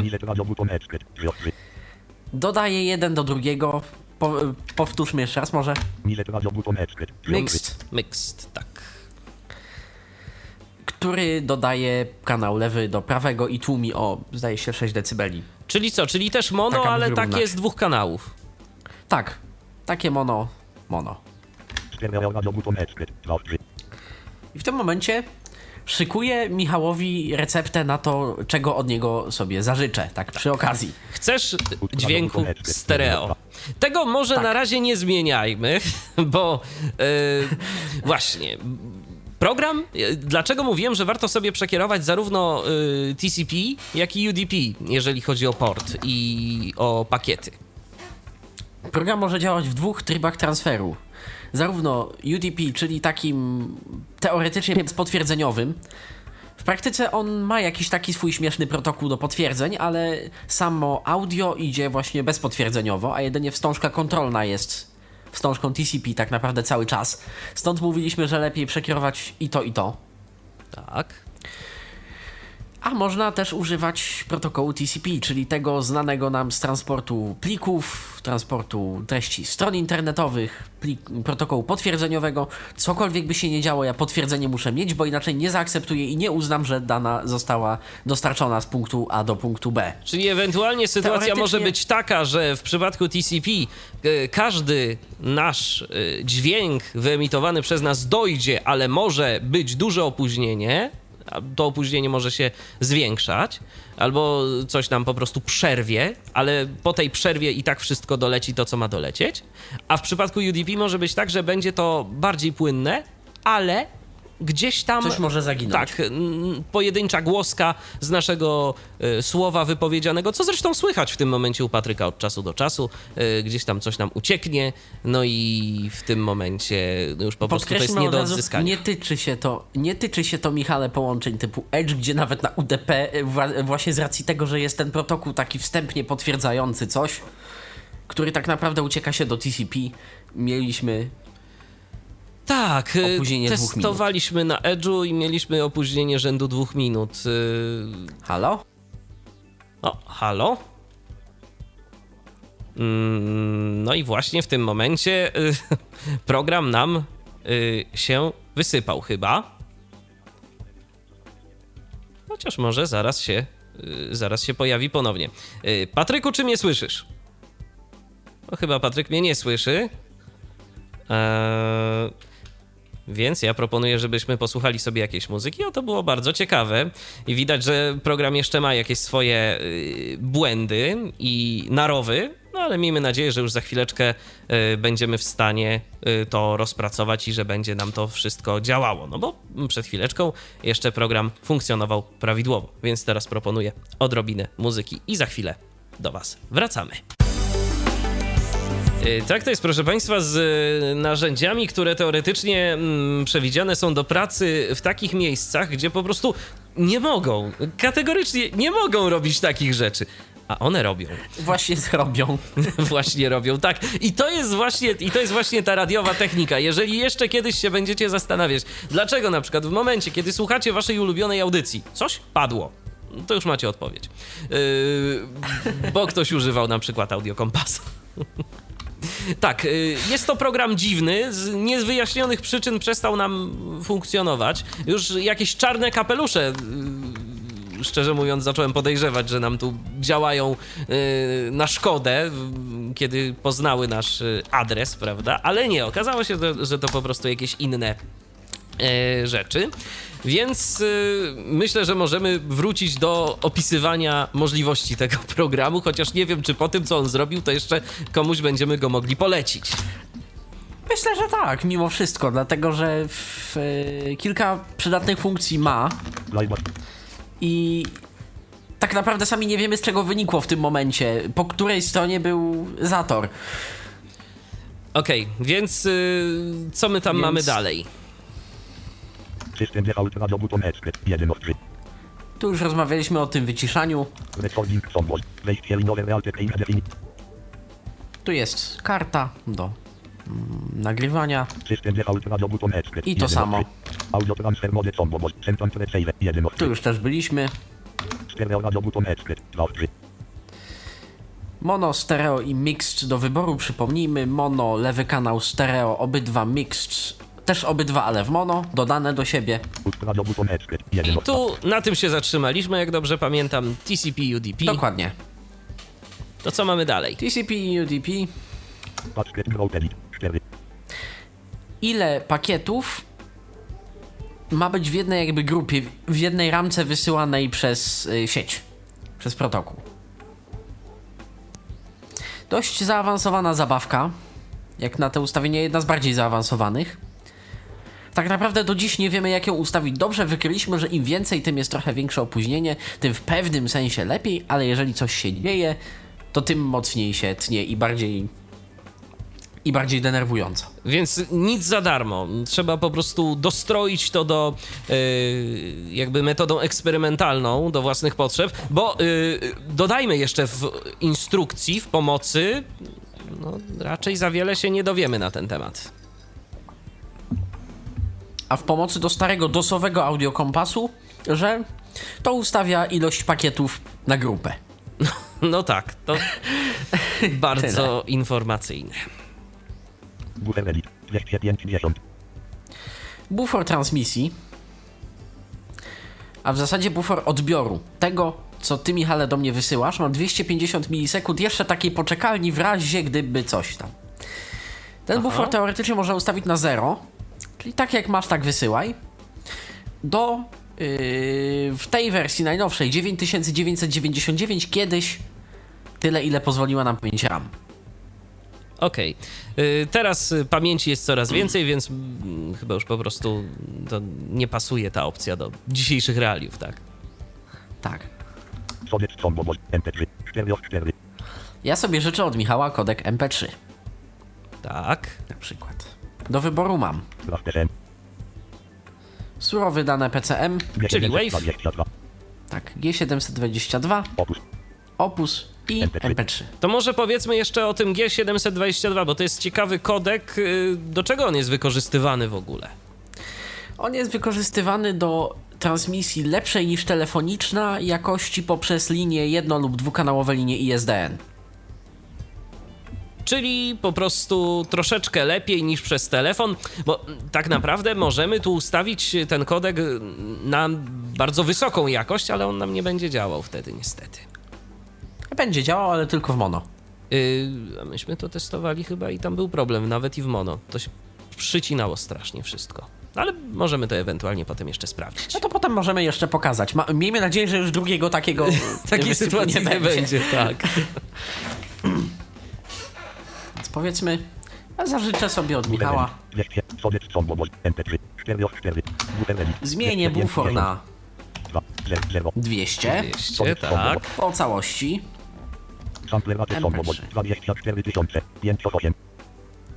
Dodaje jeden do drugiego. Powtórzmy jeszcze raz może. Mixed, tak. Który dodaje kanał lewy do prawego i tłumi o, zdaje się, 6 dB. Czyli co? Czyli też mono, tak, ale takie z dwóch kanałów. Tak, takie mono. I w tym momencie szykuję Michałowi receptę na to, czego od niego sobie zażyczę, tak przy okazji. Chcesz dźwięku stereo. Tego może na razie nie zmieniajmy, bo właśnie... Program, dlaczego mówiłem, że warto sobie przekierować zarówno TCP, jak i UDP, jeżeli chodzi o port i o pakiety. Program może działać w dwóch trybach transferu. Zarówno UDP, czyli takim teoretycznie potwierdzeniowym. W praktyce on ma jakiś taki swój śmieszny protokół do potwierdzeń, ale samo audio idzie właśnie bezpotwierdzeniowo, a jedynie wstążka kontrolna jest wstążką TCP tak naprawdę cały czas. Stąd mówiliśmy, że lepiej przekierować i to. Tak. A można też używać protokołu TCP, czyli tego znanego nam z transportu plików, transportu treści stron internetowych, protokołu potwierdzeniowego. Cokolwiek by się nie działo, ja potwierdzenie muszę mieć, bo inaczej nie zaakceptuję i nie uznam, że dana została dostarczona z punktu A do punktu B. Czyli ewentualnie sytuacja może być taka, że w przypadku TCP każdy nasz dźwięk wyemitowany przez nas dojdzie, ale może być duże opóźnienie. To opóźnienie może się zwiększać, albo coś nam po prostu przerwie, ale po tej przerwie i tak wszystko doleci to, co ma dolecieć. A w przypadku UDP może być tak, że będzie to bardziej płynne, ale gdzieś tam... Coś może zaginąć. Tak, pojedyncza głoska z naszego słowa wypowiedzianego, co zresztą słychać w tym momencie u Patryka od czasu do czasu. Gdzieś tam coś nam ucieknie, no i w tym momencie już po prostu to jest nie do odzyskania. Nie tyczy się to, Michale, połączeń typu Edge, gdzie nawet na UDP właśnie z racji tego, że jest ten protokół taki wstępnie potwierdzający coś, który tak naprawdę ucieka się do TCP, mieliśmy... Tak, testowaliśmy na Edge'u i mieliśmy opóźnienie rzędu 2 minut. Halo? O, halo? No i właśnie w tym momencie program nam się wysypał chyba. Chociaż może zaraz się pojawi ponownie. Patryku, czy mnie słyszysz? No chyba Patryk mnie nie słyszy. Więc ja proponuję, żebyśmy posłuchali sobie jakiejś muzyki. To było bardzo ciekawe i widać, że program jeszcze ma jakieś swoje błędy i narowy, no ale miejmy nadzieję, że już za chwileczkę będziemy w stanie to rozpracować i że będzie nam to wszystko działało, no bo przed chwileczką jeszcze program funkcjonował prawidłowo, więc teraz proponuję odrobinę muzyki i za chwilę do Was wracamy. Tak to jest, proszę Państwa, z narzędziami, które teoretycznie przewidziane są do pracy w takich miejscach, gdzie po prostu kategorycznie nie mogą robić takich rzeczy. A one robią. Właśnie zrobią. Właśnie robią, tak. I to jest właśnie ta radiowa technika. Jeżeli jeszcze kiedyś się będziecie zastanawiać, dlaczego na przykład w momencie, kiedy słuchacie waszej ulubionej audycji, coś padło, to już macie odpowiedź. Bo ktoś używał na przykład audiokompasa. Tak, jest to program dziwny, z niewyjaśnionych przyczyn przestał nam funkcjonować. Już jakieś czarne kapelusze, szczerze mówiąc, zacząłem podejrzewać, że nam tu działają na szkodę, kiedy poznały nasz adres, prawda? Ale nie, okazało się, że to po prostu jakieś inne rzeczy. Więc myślę, że możemy wrócić do opisywania możliwości tego programu, chociaż nie wiem, czy po tym, co on zrobił, to jeszcze komuś będziemy go mogli polecić. Myślę, że tak, mimo wszystko, dlatego że kilka przydatnych funkcji ma i tak naprawdę sami nie wiemy, z czego wynikło w tym momencie, po której stronie był zator. Okej, więc co my tam mamy dalej? System default radio button expert 1 of 3. Tu już rozmawialiśmy o tym wyciszaniu. Recording symbol. Wejście linowe realte page defini. Tu jest karta do nagrywania. System default radio button expert I to samo. Audio transfer mode symbol. Sentence receive 1 of 3. Tu już też byliśmy. Stereo radio button expert 2 of 3. Mono, stereo i mixed do wyboru. Przypomnijmy, mono, lewy kanał, stereo, obydwa mixed. Też obydwa, ale w mono, dodane do siebie. Radio button expert 1 I of 3. tu na tym się zatrzymaliśmy, jak dobrze pamiętam, TCP UDP. Dokładnie. To co mamy dalej? TCP i UDP. Packet growth edit 4. Ile pakietów ma być w jednej jakby grupie, w jednej ramce wysyłanej przez sieć, przez protokół. Dość zaawansowana zabawka, jak na te ustawienia, jedna z bardziej zaawansowanych. Tak naprawdę do dziś nie wiemy, jak ją ustawić dobrze. Wykryliśmy, że im więcej, tym jest trochę większe opóźnienie, tym w pewnym sensie lepiej, ale jeżeli coś się dzieje, to tym mocniej się tnie i bardziej denerwująco. Więc nic za darmo. Trzeba po prostu dostroić to do jakby metodą eksperymentalną do własnych potrzeb, bo dodajmy jeszcze w instrukcji, w pomocy, no, raczej za wiele się nie dowiemy na ten temat. A w pomocy do starego DOS-owego audiokompasu, że to ustawia ilość pakietów na grupę. No tak, to bardzo informacyjne. Buffer edit 250. Bufor transmisji, a w zasadzie bufor odbioru tego, co ty, Michale, do mnie wysyłasz, mam 250 milisekund jeszcze takiej poczekalni w razie gdyby coś tam. Ten bufor teoretycznie można ustawić na 0, czyli tak jak masz, tak wysyłaj. W tej wersji najnowszej 9999 kiedyś tyle, ile pozwoliła nam pamięć RAM. Okej. Teraz pamięci jest coraz więcej, więc chyba już po prostu to nie pasuje ta opcja do dzisiejszych realiów, tak? Tak. MP3 4 of 4. Ja sobie życzę od Michała kodek MP3. Tak. Na przykład. Do wyboru mam Raspberry. surowy dane PCM, Czyli Wave. 22. tak, G722, Opus. Opus i MP3. MP3. To może powiedzmy jeszcze o tym G722, bo to jest ciekawy kodek. Do czego on jest wykorzystywany w ogóle? On jest wykorzystywany do transmisji lepszej niż telefoniczna jakości poprzez linie jedno- lub dwukanałowe linie ISDN. Czyli po prostu troszeczkę lepiej niż przez telefon, bo tak naprawdę możemy tu ustawić ten kodek na bardzo wysoką jakość, ale on nam nie będzie działał wtedy niestety. Będzie działał, ale tylko w mono. A myśmy to testowali chyba i tam był problem, nawet i w mono. To się przycinało strasznie wszystko. Ale możemy to ewentualnie potem jeszcze sprawdzić. No to potem możemy jeszcze pokazać. Miejmy nadzieję, że już drugiego takiego Takiej wysypu sytuacji nie będzie, tak. Więc powiedzmy, ja zażyczę sobie od Michała. MP3 4 of 4. Buffer edit. Zmienię bufor na 200 200, tak. po całości. Sampler rate symbol 24 000. 5 of 8.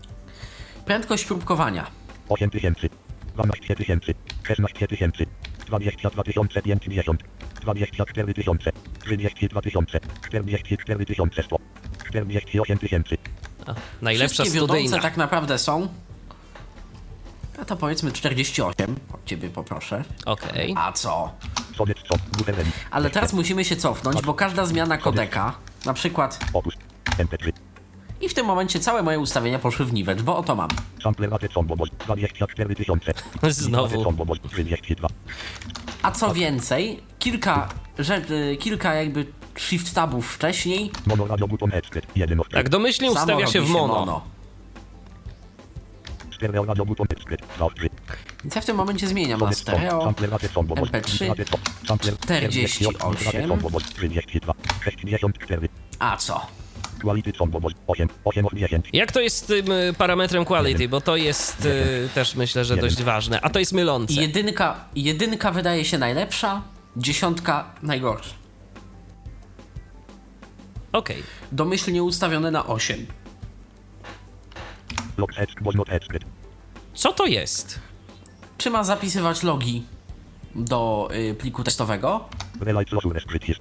Prędkość próbkowania 8000. 12 000. 16 000. 22 550, 24 000, 32 000, 44 100, 48 000. Najlepsza Wszystkie studyjna. wiodące tak naprawdę są. A to powiedzmy 48. Od ciebie poproszę. Okej. A co? Sowiec co? WRM. Ale teraz musimy się cofnąć, bo każda zmiana kodeka, na przykład, Opus. MP3. i w tym momencie całe moje ustawienia poszły w niwecz, bo oto mam. Sampler rate combobos. 24 000. Znowu. Combobos. 32. A co więcej, kilka jakby shift tabów wcześniej Mono radio buton expert. 1 of 3. Tak, domyślnie samo ustawia się robi w mono. Stereo radio buton expert. 2 of 3. Więc ja w tym momencie zmieniam na stereo. Sampler rate combobos. MP3. Sampler 48. combobos. 32. 64. A co? Quality combobos. 8 of 10. Jak to jest z tym parametrem quality, bo to jest też myślę, że dość ważne, a to jest mylące. Jedynka wydaje się najlepsza, 10 najgorsza. Okej. Domyślnie ustawione na 8. Log text was not expert. Co to jest? Czy ma zapisywać logi do pliku tekstowego? Relight lossure scripts.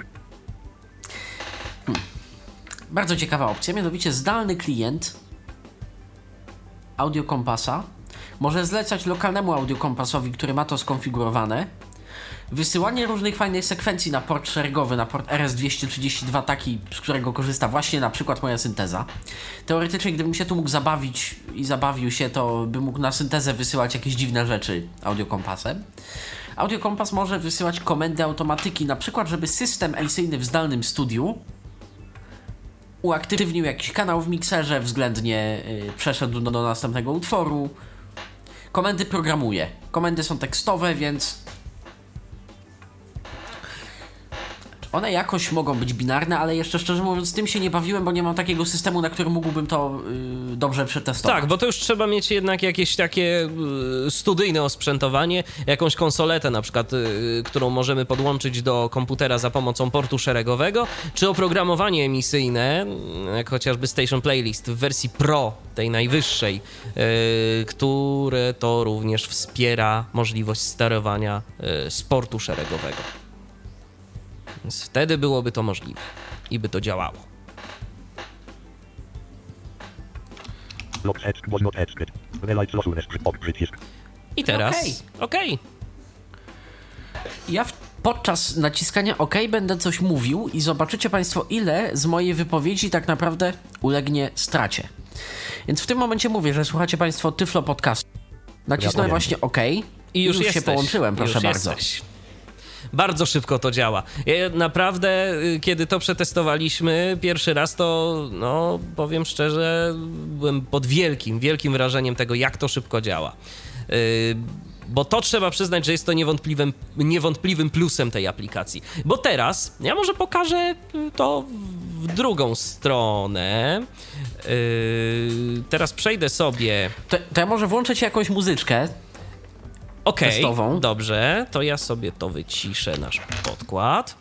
Bardzo ciekawa opcja, mianowicie zdalny klient Audiokompasa może zlecać lokalnemu Audiokompasowi, który ma to skonfigurowane, wysyłanie różnych fajnych sekwencji na port szeregowy, na port RS-232, taki, z którego korzysta właśnie na przykład moja synteza. Teoretycznie, gdybym się tu mógł zabawić i zabawił się, to bym mógł na syntezę wysyłać jakieś dziwne rzeczy Audiokompasem. Audiokompas może wysyłać komendy automatyki, na przykład, żeby system emisyjny w zdalnym studiu uaktywnił jakiś kanał w mikserze, względnie przeszedł do następnego utworu. Komendy programuje. Komendy są tekstowe, więc one jakoś mogą być binarne, ale jeszcze szczerze mówiąc, z tym się nie bawiłem, bo nie mam takiego systemu, na którym mógłbym to dobrze przetestować. Tak, bo to już trzeba mieć jednak jakieś takie studyjne osprzętowanie, jakąś konsoletę na przykład, którą możemy podłączyć do komputera za pomocą portu szeregowego, czy oprogramowanie emisyjne, jak chociażby Station Playlist w wersji Pro, tej najwyższej, które to również wspiera możliwość sterowania z portu szeregowego. Więc wtedy byłoby to możliwe i by to działało. Log text was not expert. Relight lossure scripts. I teraz, okej. Ja podczas naciskania OK będę coś mówił i zobaczycie Państwo, ile z mojej wypowiedzi tak naprawdę ulegnie stracie. Więc w tym momencie mówię, że słuchacie Państwo Tyflo Podcastu. Nacisnąłem właśnie OK I już się połączyłem, proszę bardzo. Jesteś. Bardzo szybko to działa. Ja naprawdę, kiedy to przetestowaliśmy pierwszy raz, to no, powiem szczerze, byłem pod wielkim wrażeniem tego, jak to szybko działa. Bo to trzeba przyznać, że jest to niewątpliwym plusem tej aplikacji. Bo teraz, ja może pokażę to w drugą stronę. Teraz przejdę sobie... To ja może włączę Ci jakąś muzyczkę. Testową. Dobrze, to ja sobie to wyciszę, nasz podkład.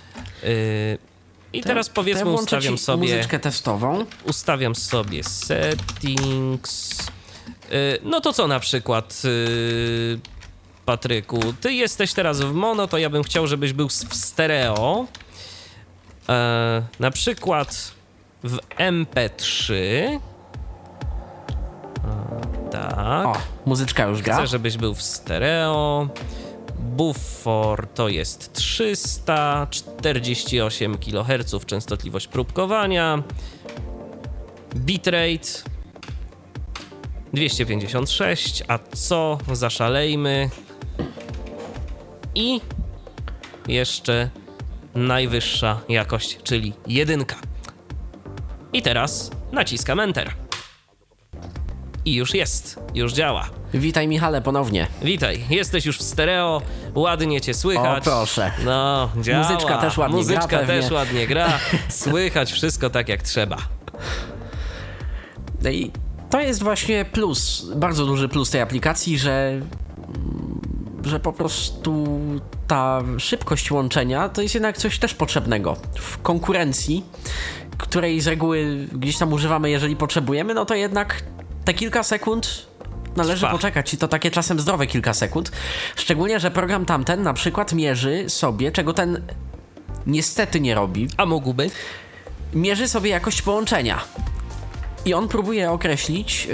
I teraz powiedzmy ustawiam sobie muzyczkę testową. Ustawiam sobie settings. No to co na przykład, Patryku? Ty jesteś teraz w mono, to ja bym chciał, żebyś był w stereo. Na przykład w MP3. Tak. O, muzyczka już gra. Chcę, żebyś był w stereo. Buffer to jest 348 kHz częstotliwość próbkowania. Bitrate 256, a co? Zaszalejmy. I jeszcze najwyższa jakość, czyli 1. I teraz naciskam Enter. I już jest, już działa. Witaj Michale ponownie. Witaj, jesteś już w stereo, ładnie cię słychać. O proszę. No, działa. Muzyczka też ładnie gra. Muzyczka pewnie. też ładnie gra. Słychać wszystko tak jak trzeba. I to jest właśnie plus, bardzo duży plus tej aplikacji, że po prostu ta szybkość łączenia to jest jednak coś też potrzebnego. W konkurencji, której z reguły gdzieś tam używamy, jeżeli potrzebujemy, no to jednak te kilka sekund należy trwa. poczekać i to takie czasem zdrowe kilka sekund. Szczególnie, że program tamten na przykład mierzy sobie, czego ten niestety nie robi, A mógłby? mierzy sobie jakość połączenia. I on próbuje określić,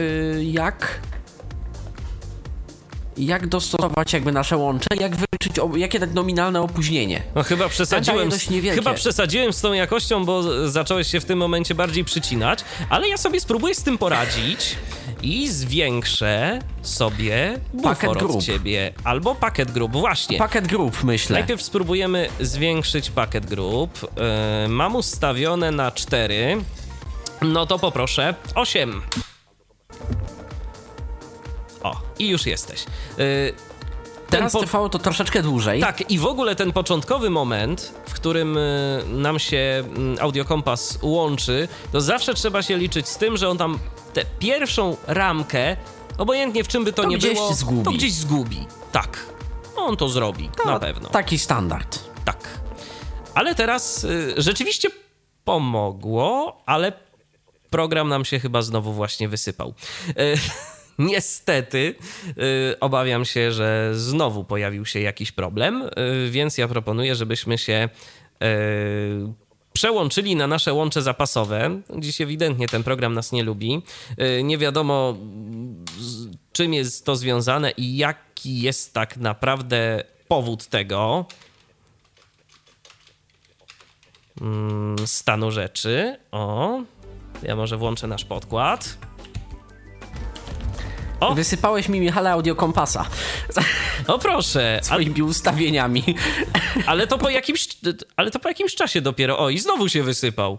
jak dostosować jakby nasze łącze, jak wyliczyć, jakie tak nominalne opóźnienie. No chyba przesadziłem, dość niewielkie. chyba przesadziłem z tą jakością, bo zacząłeś się w tym momencie bardziej przycinać, ale ja sobie spróbuję z tym poradzić i zwiększę sobie Pakiet bufor grup. od ciebie, albo pakiet grup, właśnie. Pakiet grup, myślę. Najpierw spróbujemy zwiększyć pakiet grup. Mam ustawione na 4, no to poproszę 8. O, i już jesteś. Teraz trwało to troszeczkę dłużej. Tak, i w ogóle ten początkowy moment, w którym nam się audiokompas łączy, to zawsze trzeba się liczyć z tym, że on tam tę pierwszą ramkę, obojętnie w czym by to nie gdzieś było, zgubi. to gdzieś zgubi. Tak, on to zrobi, na pewno. Taki standard. Tak. Ale teraz rzeczywiście pomogło, ale program nam się chyba znowu właśnie wysypał. Niestety, obawiam się, że znowu pojawił się jakiś problem, więc ja proponuję, żebyśmy się przełączyli na nasze łącze zapasowe. Dziś ewidentnie ten program nas nie lubi. Nie wiadomo, z czym jest to związane i jaki jest tak naprawdę powód tego stanu rzeczy. O, ja może włączę nasz podkład. O! Wysypałeś mi, Michale, audiokompasa O proszę, swoimi ustawieniami. ale to po jakimś czasie dopiero. O, i znowu się wysypał.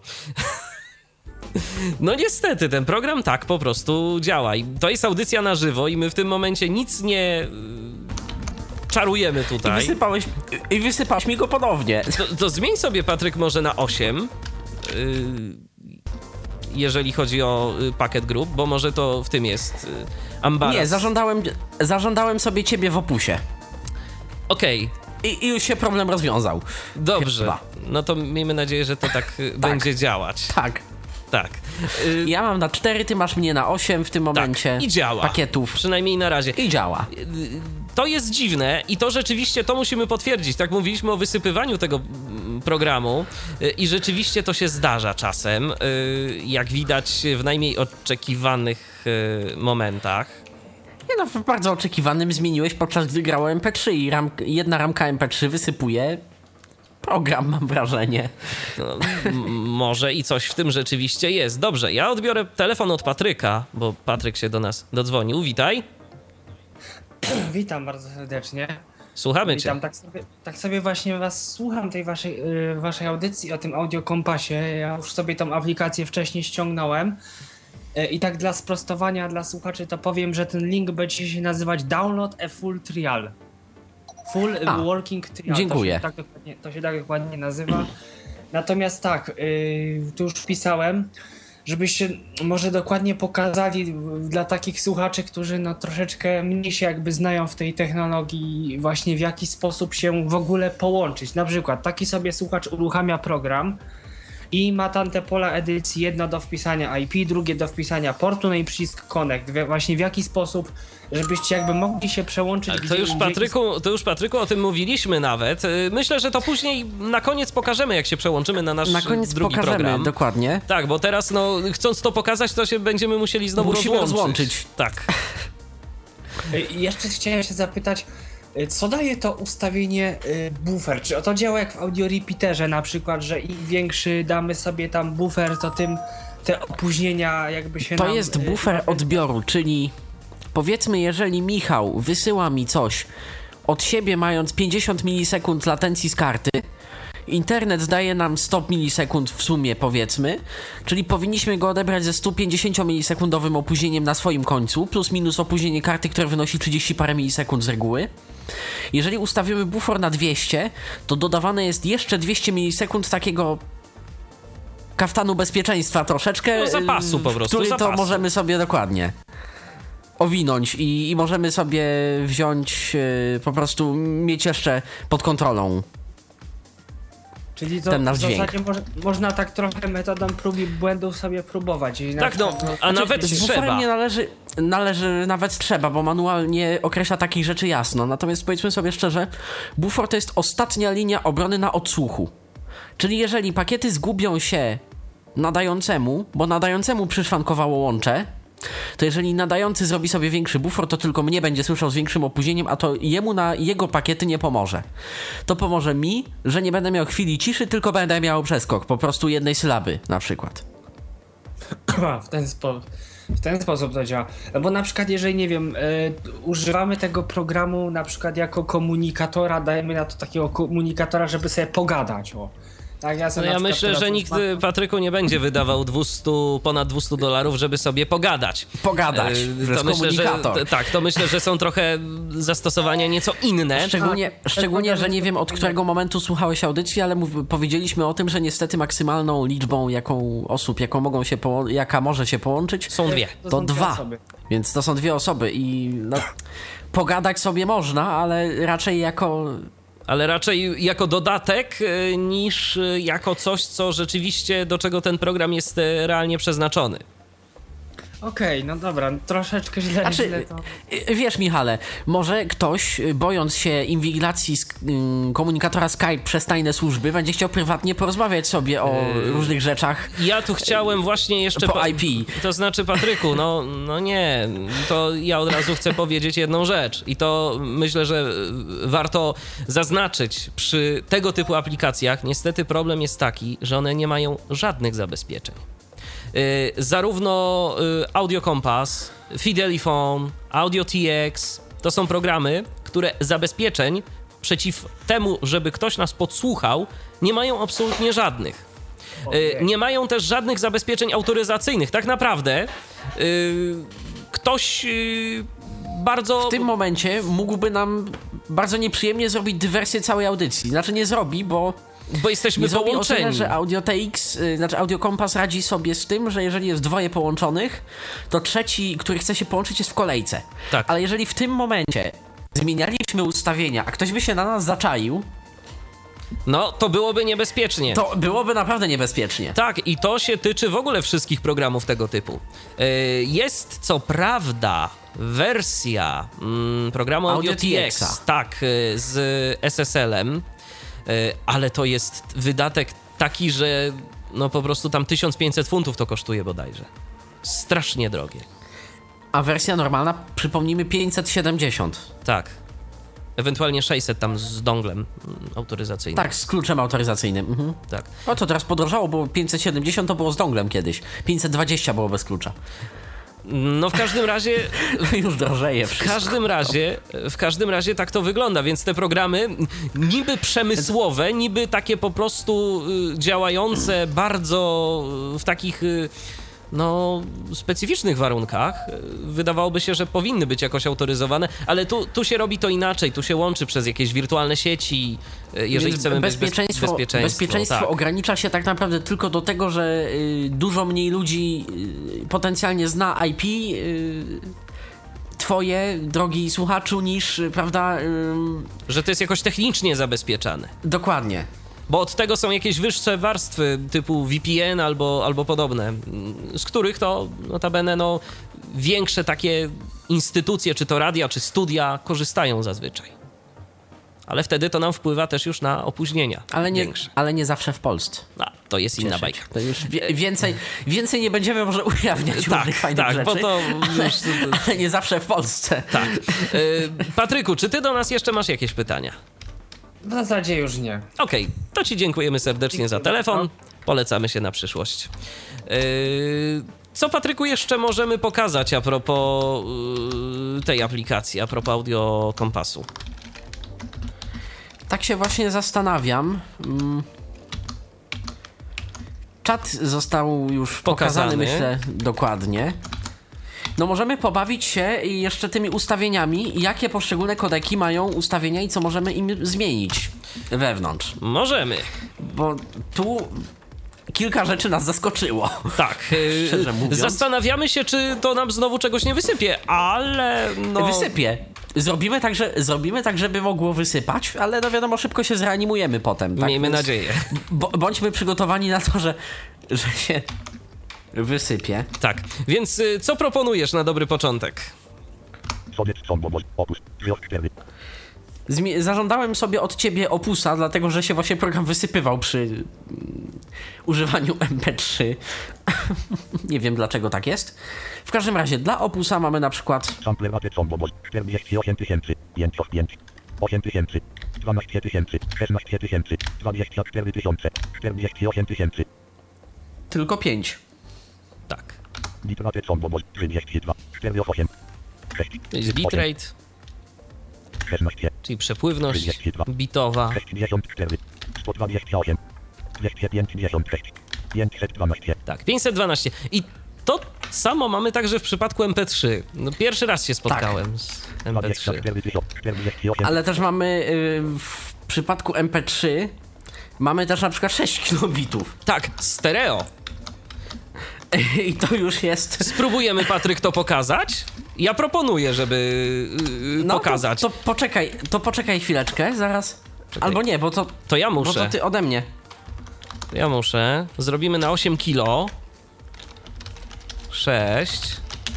No niestety, ten program tak po prostu działa. I to jest audycja na żywo i my w tym momencie nic nie czarujemy tutaj. I wysypałeś mi go ponownie. To zmień sobie, Patryk, może na 8. Jeżeli chodzi o pakiet grup, bo może to w tym jest ambaras. Nie, zażądałem sobie ciebie w opusie. Okej, I już się problem rozwiązał. dobrze. Chyba. No to miejmy nadzieję, że to tak będzie działać. Tak. Tak. Ja mam na 4, ty masz mnie na 8 w tym momencie. I działa. Pakietów. Przynajmniej na razie. I działa. To jest dziwne i to rzeczywiście, to musimy potwierdzić. Tak mówiliśmy o wysypywaniu tego programu i rzeczywiście to się zdarza czasem, jak widać w najmniej oczekiwanych momentach. Nie no, w bardzo oczekiwanym zmieniłeś, podczas gdy grało MP3 i jedna ramka MP3 wysypuje program, mam wrażenie. No, może i coś w tym rzeczywiście jest. Dobrze, ja odbiorę telefon od Patryka, bo Patryk się do nas dodzwonił. Witaj. Witam bardzo serdecznie. Słuchamy cię. Witam, tak sobie właśnie was słucham, tej waszej audycji o tym audiokompasie. Ja już sobie tą aplikację wcześniej ściągnąłem. I tak dla sprostowania dla słuchaczy to powiem, że ten link będzie się nazywać Download a Full Trial. Full Working Trial. Dziękuję. To się tak dokładnie nazywa. Natomiast tak, tu już pisałem, żebyście może dokładnie pokazali dla takich słuchaczy, którzy no troszeczkę mniej się jakby znają w tej technologii, właśnie w jaki sposób się w ogóle połączyć. Na przykład taki sobie słuchacz uruchamia program i ma tam te pola edycji, jedno do wpisania IP, drugie do wpisania portu, no i przycisk Connect. Właśnie w jaki sposób, żebyście jakby mogli się przełączyć. To już Patryku o tym mówiliśmy nawet. Myślę, że to później na koniec pokażemy, jak się przełączymy na nasz drugi program. Dokładnie. Tak, bo teraz no, chcąc to pokazać, to się będziemy musieli znowu rozłączyć. Tak. Jeszcze chciałem się zapytać, co daje to ustawienie buffer? Czy to działa jak w audio repeaterze na przykład, że im większy damy sobie tam buffer, to tym te opóźnienia jakby się To jest buffer odbioru, czyli powiedzmy, jeżeli Michał wysyła mi coś od siebie mając 50 milisekund latencji z karty, internet daje nam 100 milisekund w sumie, powiedzmy, czyli powinniśmy go odebrać ze 150 milisekundowym opóźnieniem na swoim końcu, plus minus opóźnienie karty, które wynosi 30 parę milisekund z reguły. Jeżeli ustawimy bufor na 200, to dodawane jest jeszcze 200 milisekund takiego kaftanu bezpieczeństwa troszeczkę, No, zapasu po prostu, który zapasu. to możemy sobie dokładnie owinąć i możemy sobie wziąć, po prostu mieć jeszcze pod kontrolą. Czyli to ten nasz w dźwięk. zasadzie można tak trochę metodą prób i błędów sobie próbować. I na Tak, no, przykład, a nawet Z buforem trzeba. nie należy, nawet trzeba, bo manual nie określa takich rzeczy jasno. Natomiast powiedzmy sobie szczerze, bufor to jest ostatnia linia obrony na odsłuchu. Czyli jeżeli pakiety zgubią się nadającemu, bo nadającemu przyszwankowało łącze, to jeżeli nadający zrobi sobie większy bufor, to tylko mnie będzie słyszał z większym opóźnieniem, a to jemu na jego pakiety nie pomoże. To pomoże mi, że nie będę miał chwili ciszy, tylko będę miał przeskok, po prostu jednej sylaby na przykład. w ten sposób to działa. Bo na przykład jeżeli, nie wiem, używamy tego programu na przykład jako komunikatora, dajemy na to takiego komunikatora, żeby sobie pogadać, Tak, No ja myślę, że nikt, Patryku, nie będzie wydawał ponad $200, żeby sobie pogadać. Pogadać, to jest komunikator. To myślę, że są trochę zastosowania nieco inne. Szczególnie, że nie wiem, od którego momentu słuchałeś audycji, ale powiedzieliśmy o tym, że niestety maksymalną liczbą jaka może się połączyć, Są dwie. to dwa. Osoby. Więc to są dwie osoby i no, pogadać sobie można, ale raczej jako dodatek niż jako coś, co rzeczywiście, do czego ten program jest realnie przeznaczony. Okej, no dobra, troszeczkę źle to... Wiesz, Michale, może ktoś, bojąc się inwigilacji z komunikatora Skype przez tajne służby, będzie chciał prywatnie porozmawiać sobie o różnych rzeczach. Ja tu chciałem właśnie jeszcze... Po IP. To znaczy, Patryku, no nie, to ja od razu chcę powiedzieć jedną rzecz i to myślę, że warto zaznaczyć przy tego typu aplikacjach. Niestety problem jest taki, że one nie mają żadnych zabezpieczeń. Zarówno Audio Compass, Fidelifone, Audio TX to są programy, które zabezpieczeń przeciw temu, żeby ktoś nas podsłuchał, nie mają absolutnie żadnych. Nie mają też żadnych zabezpieczeń autoryzacyjnych. Tak naprawdę ktoś bardzo... W tym momencie mógłby nam bardzo nieprzyjemnie zrobić dywersję całej audycji. Znaczy nie zrobi, bo jesteśmy połączeni. O tyle, że Audio TX, znaczy Audio Compass radzi sobie z tym, że jeżeli jest dwoje połączonych, to trzeci, który chce się połączyć, jest w kolejce. Tak. Ale jeżeli w tym momencie zmienialiśmy ustawienia, a ktoś by się na nas zaczaił, no to byłoby niebezpiecznie. to byłoby naprawdę niebezpiecznie. Tak, i to się tyczy w ogóle wszystkich programów tego typu. Jest co prawda wersja programu Audio TX, tak, z SSL-em, ale to jest wydatek taki, że no po prostu tam 1500 funtów to kosztuje bodajże. Strasznie drogie. A wersja normalna, przypomnijmy, 570. Tak. Ewentualnie 600 tam z donglem autoryzacyjnym. Tak, z kluczem autoryzacyjnym. Mhm. Tak. O, to teraz podrożało, bo 570 to było z donglem kiedyś. 520 było bez klucza. No w każdym razie... Już drożeje wszystko. W każdym razie tak to wygląda, więc te programy niby przemysłowe, niby takie po prostu działające bardzo w takich no specyficznych warunkach, wydawałoby się, że powinny być jakoś autoryzowane, ale tu się robi to inaczej, tu się łączy przez jakieś wirtualne sieci, jeżeli Więc chcemy bezpieczeństwo tak. ogranicza się tak naprawdę tylko do tego, że dużo mniej ludzi potencjalnie zna IP twoje, drogi słuchaczu, niż, prawda... Że to jest jakoś technicznie zabezpieczane. Dokładnie. Bo od tego są jakieś wyższe warstwy typu VPN albo podobne, z których to notabene większe takie instytucje, czy to radia, czy studia korzystają zazwyczaj. Ale wtedy to nam wpływa też już na opóźnienia większe. Ale nie zawsze w Polsce. To jest inna bajka. To już więcej nie będziemy może ujawniać różnych fajnych rzeczy. Bo to już... Ale nie zawsze w Polsce. Tak. Patryku, czy ty do nas jeszcze masz jakieś pytania? W zasadzie już nie. Okej, to ci dziękujemy serdecznie za telefon. Polecamy się na przyszłość. Co, Patryku, jeszcze możemy pokazać a propos tej aplikacji, a propos Audio Compassu? Tak się właśnie zastanawiam. Czat został już pokazany, myślę, dokładnie. No możemy pobawić się jeszcze tymi ustawieniami, jakie poszczególne kodeki mają ustawienia i co możemy im zmienić wewnątrz. Możemy. Bo tu kilka rzeczy nas zaskoczyło. Tak. Szczerze mówiąc. Zastanawiamy się, czy to nam znowu czegoś nie wysypie, ale Wysypie. Zrobimy tak, żeby mogło wysypać, ale no wiadomo, szybko się zreanimujemy potem. Tak? Miejmy Więc nadzieję. Bądźmy przygotowani na to, że się wysypie. Tak, więc co proponujesz na dobry początek? Zażądałem sobie od ciebie opusa, dlatego że się właśnie program wysypywał przy używaniu MP3. Nie wiem dlaczego tak jest. W każdym razie dla opusa mamy na przykład 48 tysięcy, 505, 8 tysięcy, 12 tysięcy, 16 tysięcy, 24 tysiące, 48 tysięcy. tylko 5. Tak, Bitrate combo 32, 48, 6, to jest bitrate, 16, czyli przepływność bitowa. 64, 128, 256, 512. Tak, 512. I to samo mamy także w przypadku MP3. No, pierwszy raz się spotkałem z MP3. 48, Ale też mamy w przypadku MP3 mamy też na przykład 6 kilobitów. Tak, stereo. I to już jest... Spróbujemy, Patryk, to pokazać? Ja proponuję, żeby pokazać. To poczekaj chwileczkę, zaraz. Czekaj. Albo nie, bo to... To ja Bo muszę. to ty ode mnie. Ja muszę. Zrobimy na 8 kilo. 6.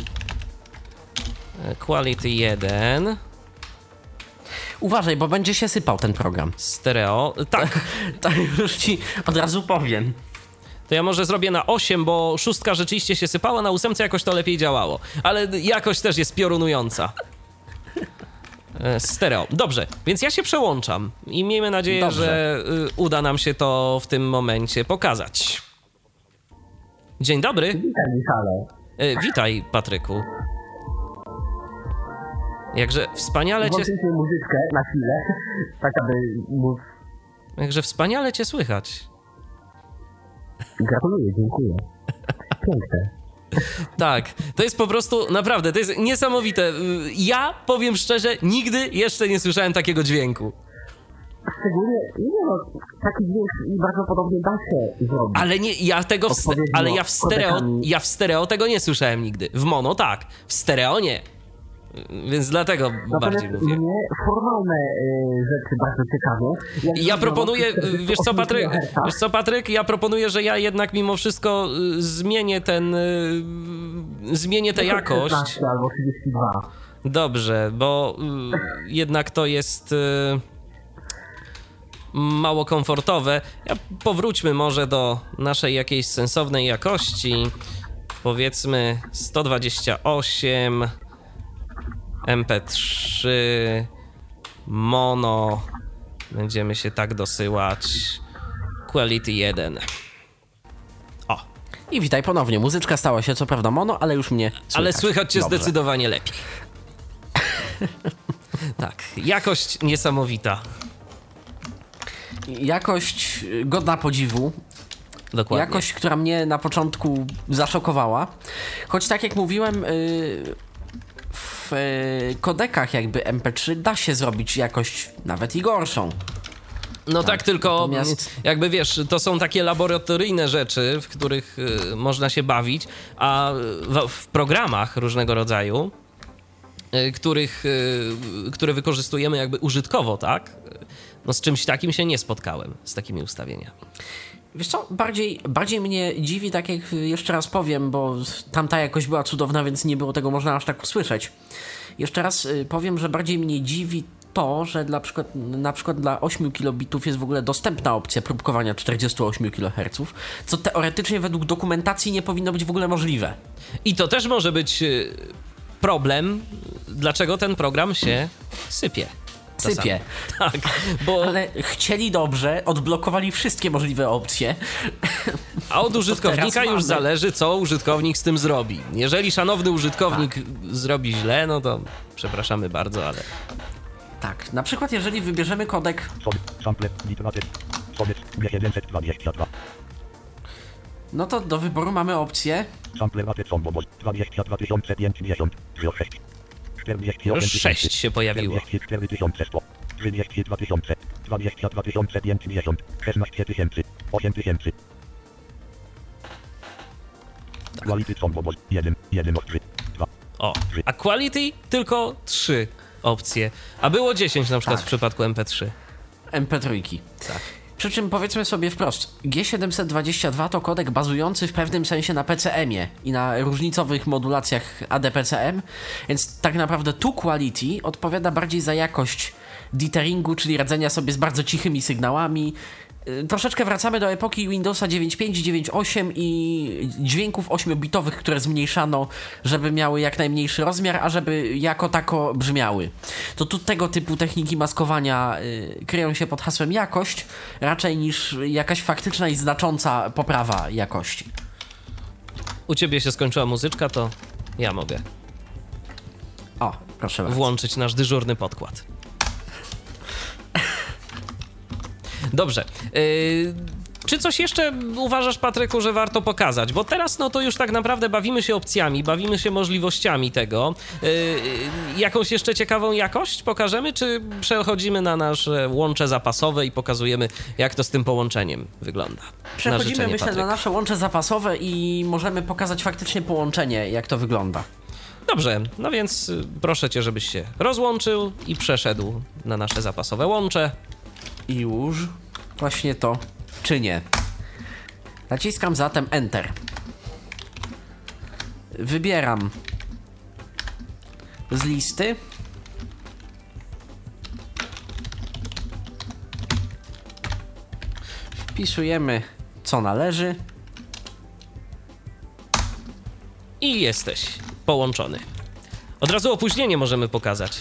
Quality 1. Uważaj, bo będzie się sypał ten program. Stereo. Tak, To już ci od razu powiem. to ja może zrobię na 8, bo 6 rzeczywiście się sypała, na 8 jakoś to lepiej działało. Ale jakość też jest piorunująca. Stereo. Dobrze, więc ja się przełączam i miejmy nadzieję, Dobrze. że uda nam się to w tym momencie pokazać. Dzień dobry. Witaj, Michale. Witaj, Patryku. Jakże wspaniale cię, Włączyłem sobie muzyczkę na chwilę, tak aby móc... jakże wspaniale cię słychać. Gratuluję, dziękuję. Piękne. Tak, to jest po prostu, naprawdę, to jest niesamowite. Ja powiem szczerze, nigdy jeszcze nie słyszałem takiego dźwięku. Szczególnie, nie no, taki dźwięk bardzo podobnie da się zrobić. Ale nie, ja tego, Odpowiednio ale kodekami. ja w stereo tego nie słyszałem nigdy. W mono tak, w stereo nie. Więc dlatego bardziej Natomiast mówię. mnie formalne rzeczy bardzo ciekawią. Jak Ja to proponuję, było przy wiesz co Patryk, ja proponuję, że ja jednak mimo wszystko zmienię zmienię tę jakość. 16 albo 32. Dobrze, bo jednak to jest mało komfortowe. Powróćmy może do naszej jakiejś sensownej jakości. Powiedzmy 128 MP3 mono. Będziemy się tak dosyłać. Quality 1. O, I witaj ponownie. Muzyczka stała się co prawda mono, ale już mnie słychać. ale słychać cię Dobrze. zdecydowanie lepiej. Tak, jakość niesamowita. Jakość godna podziwu. Dokładnie. Jakość, która mnie na początku zaszokowała. Choć tak jak mówiłem, w kodekach jakby MP3 da się zrobić jakość nawet i gorszą. No tak, tylko natomiast- jakby wiesz, to są takie laboratoryjne rzeczy, w których można się bawić, a w programach różnego rodzaju, które wykorzystujemy jakby użytkowo, tak? No z czymś takim się nie spotkałem, z takimi ustawieniami. Wiesz co, bardziej mnie dziwi, tak jak jeszcze raz powiem, bo tamta jakość była cudowna, więc nie było tego można aż tak usłyszeć. Jeszcze raz powiem, że bardziej mnie dziwi to, że na przykład dla 8 kilobitów jest w ogóle dostępna opcja próbkowania 48 kHz, co teoretycznie według dokumentacji nie powinno być w ogóle możliwe. I to też może być problem, dlaczego ten program się sypie. Sypie. Tak, bo Ale chcieli dobrze, odblokowali wszystkie możliwe opcje. a od użytkownika teraz już mamy. zależy, co użytkownik z tym zrobi. Jeżeli szanowny użytkownik zrobi źle, no to przepraszamy bardzo, ale... Tak, na przykład jeżeli wybierzemy kodek, Sample, bitrate, Sonet, 722. no to do wyboru mamy opcję Sample rate combo 22 550, 6. 48 Już 6 się pojawiło. 44 100, 32 000, 22 550, 16 000, 8 000. Quality combo 1, 1 3, 2. O, a quality tylko 3. opcje, a było 10 na przykład Tak. w przypadku MP3. MP3. Tak. Przy czym powiedzmy sobie wprost, G722 to kodek bazujący w pewnym sensie na PCM-ie i na różnicowych modulacjach ADPCM, więc tak naprawdę tu quality odpowiada bardziej za jakość ditheringu, czyli radzenia sobie z bardzo cichymi sygnałami. Troszeczkę wracamy do epoki Windowsa 9.5, 9.8 i dźwięków 8-bitowych, które zmniejszano, żeby miały jak najmniejszy rozmiar, a żeby jako tako brzmiały. To tu tego typu techniki maskowania kryją się pod hasłem jakość, raczej niż jakaś faktyczna i znacząca poprawa jakości. U ciebie się skończyła muzyczka, to ja mogę O, proszę bardzo. włączyć nasz dyżurny podkład. Dobrze. Czy coś jeszcze uważasz, Patryku, że warto pokazać? Bo teraz no to już tak naprawdę bawimy się opcjami, bawimy się możliwościami tego. Jakąś jeszcze ciekawą jakość pokażemy, czy przechodzimy na nasze łącze zapasowe i pokazujemy, jak to z tym połączeniem wygląda? Przechodzimy, myślę, Patryk. na nasze łącze zapasowe i możemy pokazać faktycznie połączenie, jak to wygląda. Dobrze, no więc proszę cię, żebyś się rozłączył i przeszedł na nasze zapasowe łącze. I już właśnie to czynię. Naciskam zatem Enter. Wybieram z listy wpisujemy co należy I jesteś połączony. Od razu opóźnienie możemy pokazać.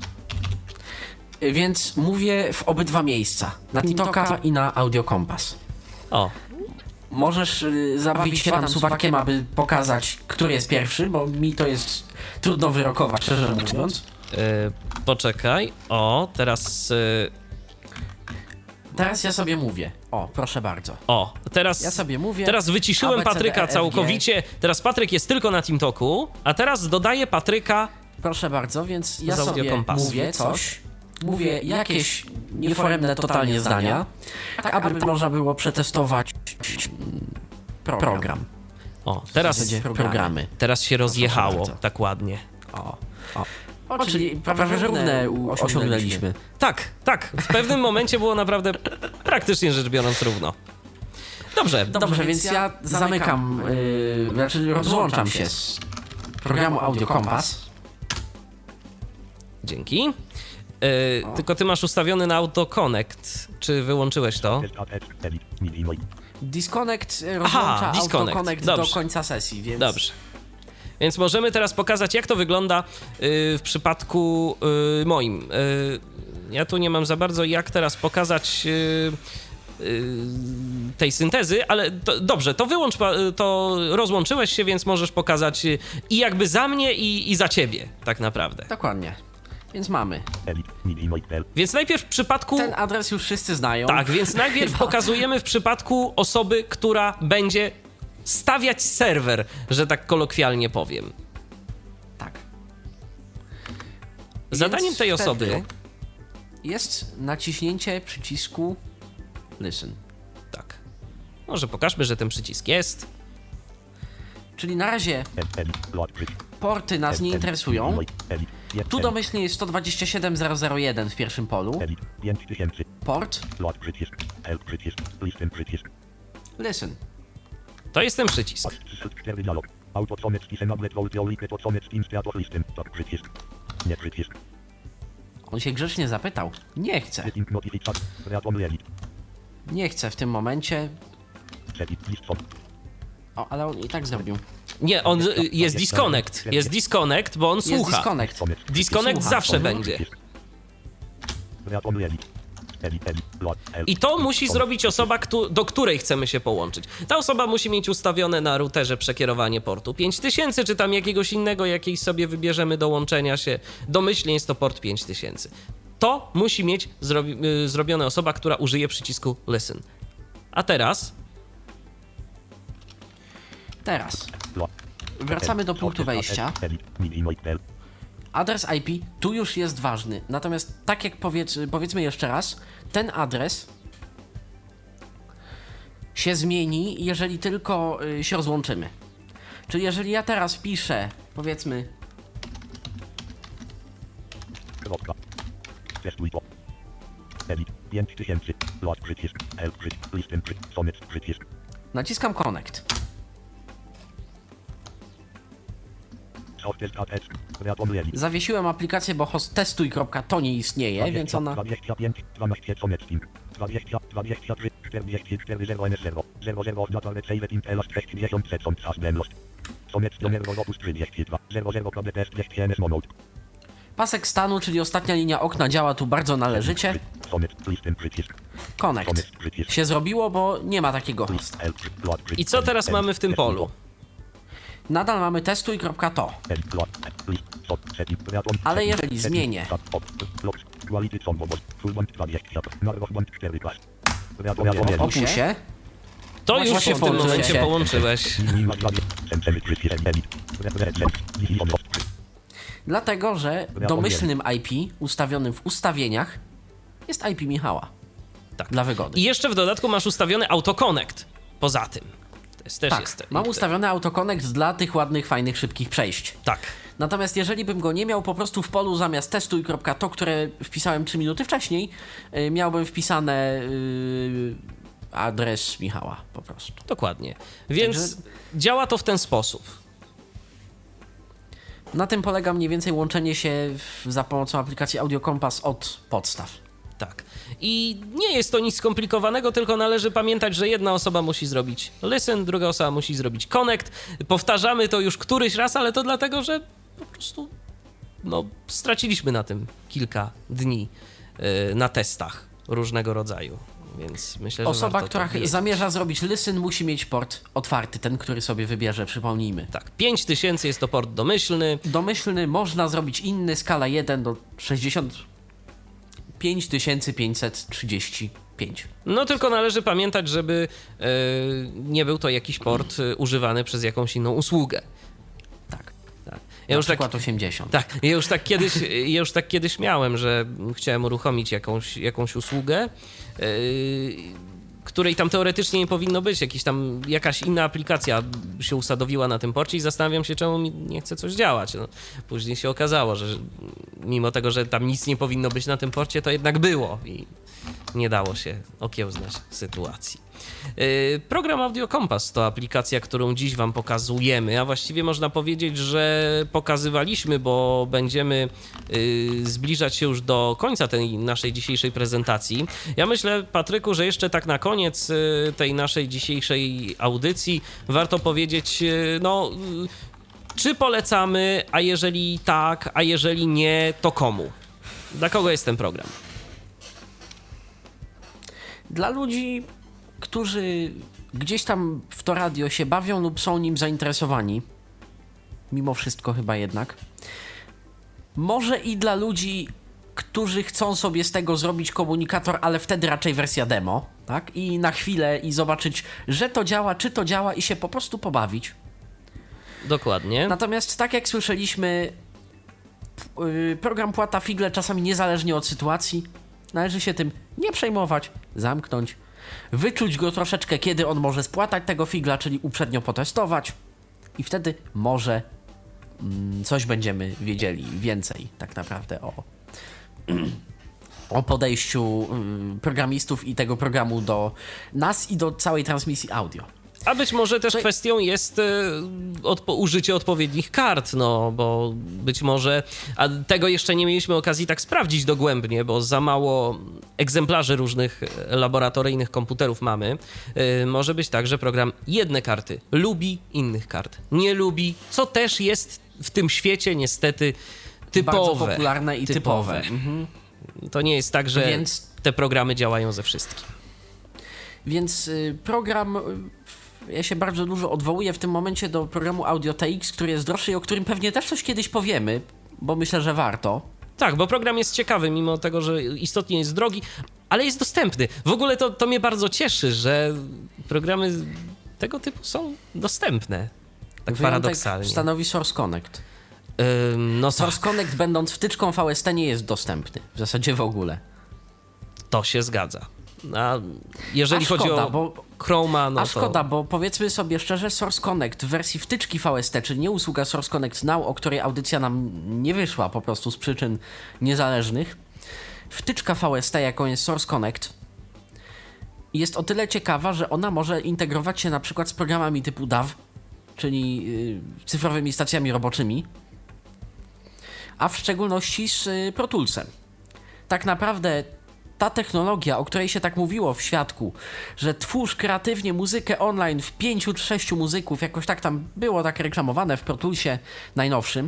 więc mówię w obydwa miejsca. Na TikToka i na Audio Kompas. O, Możesz zabawić się tam suwakiem, aby pokazać, który jest pierwszy, bo mi to jest trudno wyrokować, szczerze mówiąc. poczekaj. O, teraz... Teraz ja sobie mówię. O, proszę bardzo. O, teraz... Ja sobie mówię. Teraz wyciszyłem ABCD, Patryka całkowicie. Teraz Patryk jest tylko na TeamTalku, a teraz dodaję Patryka... Proszę bardzo, więc ja Z Audio sobie Kompasu. mówię coś. Mówię jakieś nieforemne totalnie zdania, tak aby można było przetestować program. O, W teraz... zasadzie programy. Teraz się rozjechało bardzo. tak ładnie. O, czyli prawie że równe osiągnęliśmy. Tak, tak. W pewnym momencie było naprawdę praktycznie rzecz biorąc równo. Dobrze, Dobrze, więc ja zamykam, znaczy rozłączam się z programu Audio Kompas. dzięki. Tylko ty masz ustawiony na Auto Connect. Czy wyłączyłeś to? Disconnect rozłącza disconnect. Auto Connect do Dobrze. końca sesji, więc... Dobrze. Więc możemy teraz pokazać, jak to wygląda w przypadku moim. Ja tu nie mam za bardzo jak teraz pokazać tej syntezy, ale dobrze, to wyłącz, to rozłączyłeś się, więc możesz pokazać i jakby za mnie, i za ciebie, tak naprawdę. Dokładnie. Więc mamy. Więc najpierw w przypadku... Ten adres już wszyscy znają. Tak, więc najpierw pokazujemy w przypadku osoby, która będzie stawiać serwer, że tak kolokwialnie powiem. Tak. Zadaniem Więc tej wtedy osoby... jest naciśnięcie przycisku Listen. Tak. Może pokażmy, że ten przycisk jest. Czyli na razie porty nas nie interesują. Tu domyślnie jest 127001 w pierwszym polu. Port Listen. To jest ten przycisk. On się grzecznie zapytał. Nie chcę. Nie chcę w tym momencie. O, ale on i tak zrobił. Nie, on jest disconnect. Jest disconnect, bo on Jest słucha. disconnect. Disconnect Słucha. zawsze będzie. I to musi zrobić osoba, do której chcemy się połączyć. Ta osoba musi mieć ustawione na routerze przekierowanie portu 5000, czy tam jakiegoś innego, jakiejś sobie wybierzemy do łączenia się. Domyślnie jest to port 5000. To musi mieć zrobione osoba, która użyje przycisku Listen. A teraz... Teraz wracamy do punktu wejścia. Adres IP tu już jest ważny. Natomiast tak jak powiedzmy jeszcze raz, ten adres się zmieni, jeżeli tylko się rozłączymy. Czyli jeżeli ja teraz wpiszę, powiedzmy Kropka. Testuj to. Edit. 5000. Load przycisk. Help przycisk. Listen przycisk. Sonnet przycisk. Naciskam Connect. Softest ATS. Reatomleli. Zawiesiłem aplikację, bo testuj.to nie istnieje, więc ona... 25, 12, Sonnet Steam. 20, 23, 44, 0, N0, 00, oznaczone save in elas 60 sekund czas demlost. Sonnet numer opus 32, 00, test 200, monod. Pasek stanu, czyli ostatnia linia okna, działa tu bardzo należycie. Sonnet, listen przycisk. Connect. Się zrobiło, bo nie ma takiego. I co teraz mamy w tym polu? Nadal mamy testuj.to. Ale jeżeli zmienię w opusie, To już się w tym połączyłem momencie się. połączyłeś. dlatego że domyślnym IP ustawionym w ustawieniach jest IP Michała. Tak. Dla wygody. I jeszcze w dodatku masz ustawiony autoconnect. Poza tym. To jest też Tak, jest. mam ustawiony autoconnect dla tych ładnych, fajnych, szybkich przejść. Tak. Natomiast jeżeli bym go nie miał po prostu w polu zamiast testuj.to, które wpisałem 3 minuty wcześniej, miałbym wpisane adres Michała po prostu. Dokładnie. Więc Także- działa to w ten sposób. Na tym polega mniej więcej łączenie się za pomocą aplikacji Audio Compass od podstaw. Tak. I nie jest to nic skomplikowanego, tylko należy pamiętać, że jedna osoba musi zrobić listen, druga osoba musi zrobić connect. Powtarzamy to już któryś raz, ale to dlatego, że po prostu straciliśmy na tym kilka dni na testach różnego rodzaju. Więc myślę, że Osoba, warto która to wiedzieć. zamierza zrobić listen, musi mieć port otwarty, ten, który sobie wybierze, przypomnijmy. Tak, 5000 jest to port domyślny. Domyślny można zrobić inny, skala 1 do 6535. No tylko należy pamiętać, żeby nie był to jakiś port używany przez jakąś inną usługę. Tak. Tak. Na przykład 80. Tak, ja już tak kiedyś miałem, że chciałem uruchomić jakąś usługę, której tam teoretycznie nie powinno być. Jakaś inna aplikacja się usadowiła na tym porcie i zastanawiam się, czemu mi nie chce coś działać. No, później się okazało, że mimo tego, że tam nic nie powinno być na tym porcie, to jednak było i nie dało się okiełznać sytuacji. Program Audio Compass to aplikacja, którą dziś wam pokazujemy, a właściwie można powiedzieć, że pokazywaliśmy, bo będziemy zbliżać się już do końca tej naszej dzisiejszej prezentacji. Ja myślę, Patryku, że jeszcze tak na koniec tej naszej dzisiejszej audycji warto powiedzieć, czy polecamy, a jeżeli tak, a jeżeli nie, to komu? Dla kogo jest ten program? Dla ludzi, którzy gdzieś tam w to radio się bawią lub są nim zainteresowani, mimo wszystko chyba jednak. Może i dla ludzi, którzy chcą sobie z tego zrobić komunikator, ale wtedy raczej wersja demo, tak? I na chwilę i zobaczyć, że to działa, czy to działa i się po prostu pobawić. Dokładnie. Natomiast tak jak słyszeliśmy, program płata figle czasami niezależnie od sytuacji. Należy się tym nie przejmować, zamknąć, wyczuć go troszeczkę, kiedy on może spłatać tego figla, czyli uprzednio potestować i wtedy może coś będziemy wiedzieli więcej tak naprawdę o podejściu programistów i tego programu do nas i do całej transmisji audio. A być może też kwestią jest użycie odpowiednich kart, bo być może, a tego jeszcze nie mieliśmy okazji tak sprawdzić dogłębnie, bo za mało egzemplarzy różnych laboratoryjnych komputerów mamy. Może być tak, że program jedne karty lubi, innych kart nie lubi, co też jest w tym świecie niestety typowe. Bardzo popularne i typowe. Mhm. To nie jest tak, że te programy działają ze wszystkim. Więc program... Ja się bardzo dużo odwołuję w tym momencie do programu Audio TX, który jest droższy i o którym pewnie też coś kiedyś powiemy, bo myślę, że warto. Tak, bo program jest ciekawy, mimo tego, że istotnie jest drogi, ale jest dostępny. W ogóle to mnie bardzo cieszy, że programy tego typu są dostępne. Tak paradoksalnie. Stanowi Source Connect. Tak. Source Connect, będąc wtyczką VST, nie jest dostępny. W zasadzie w ogóle. To się zgadza. A jeżeli chodzi o Chroma, no a szkoda, bo powiedzmy sobie szczerze, Source Connect w wersji wtyczki VST, czyli nie usługa Source Connect Now, o której audycja nam nie wyszła po prostu z przyczyn niezależnych. Wtyczka VST, jaką jest Source Connect, jest o tyle ciekawa, że ona może integrować się na przykład z programami typu DAW, czyli cyfrowymi stacjami roboczymi, a w szczególności z Pro Toolsem. Tak naprawdę ta technologia, o której się tak mówiło w świadku, że twórz kreatywnie muzykę online w 5 czy 6 muzyków, jakoś tak tam było tak reklamowane w Pro Toolsie najnowszym,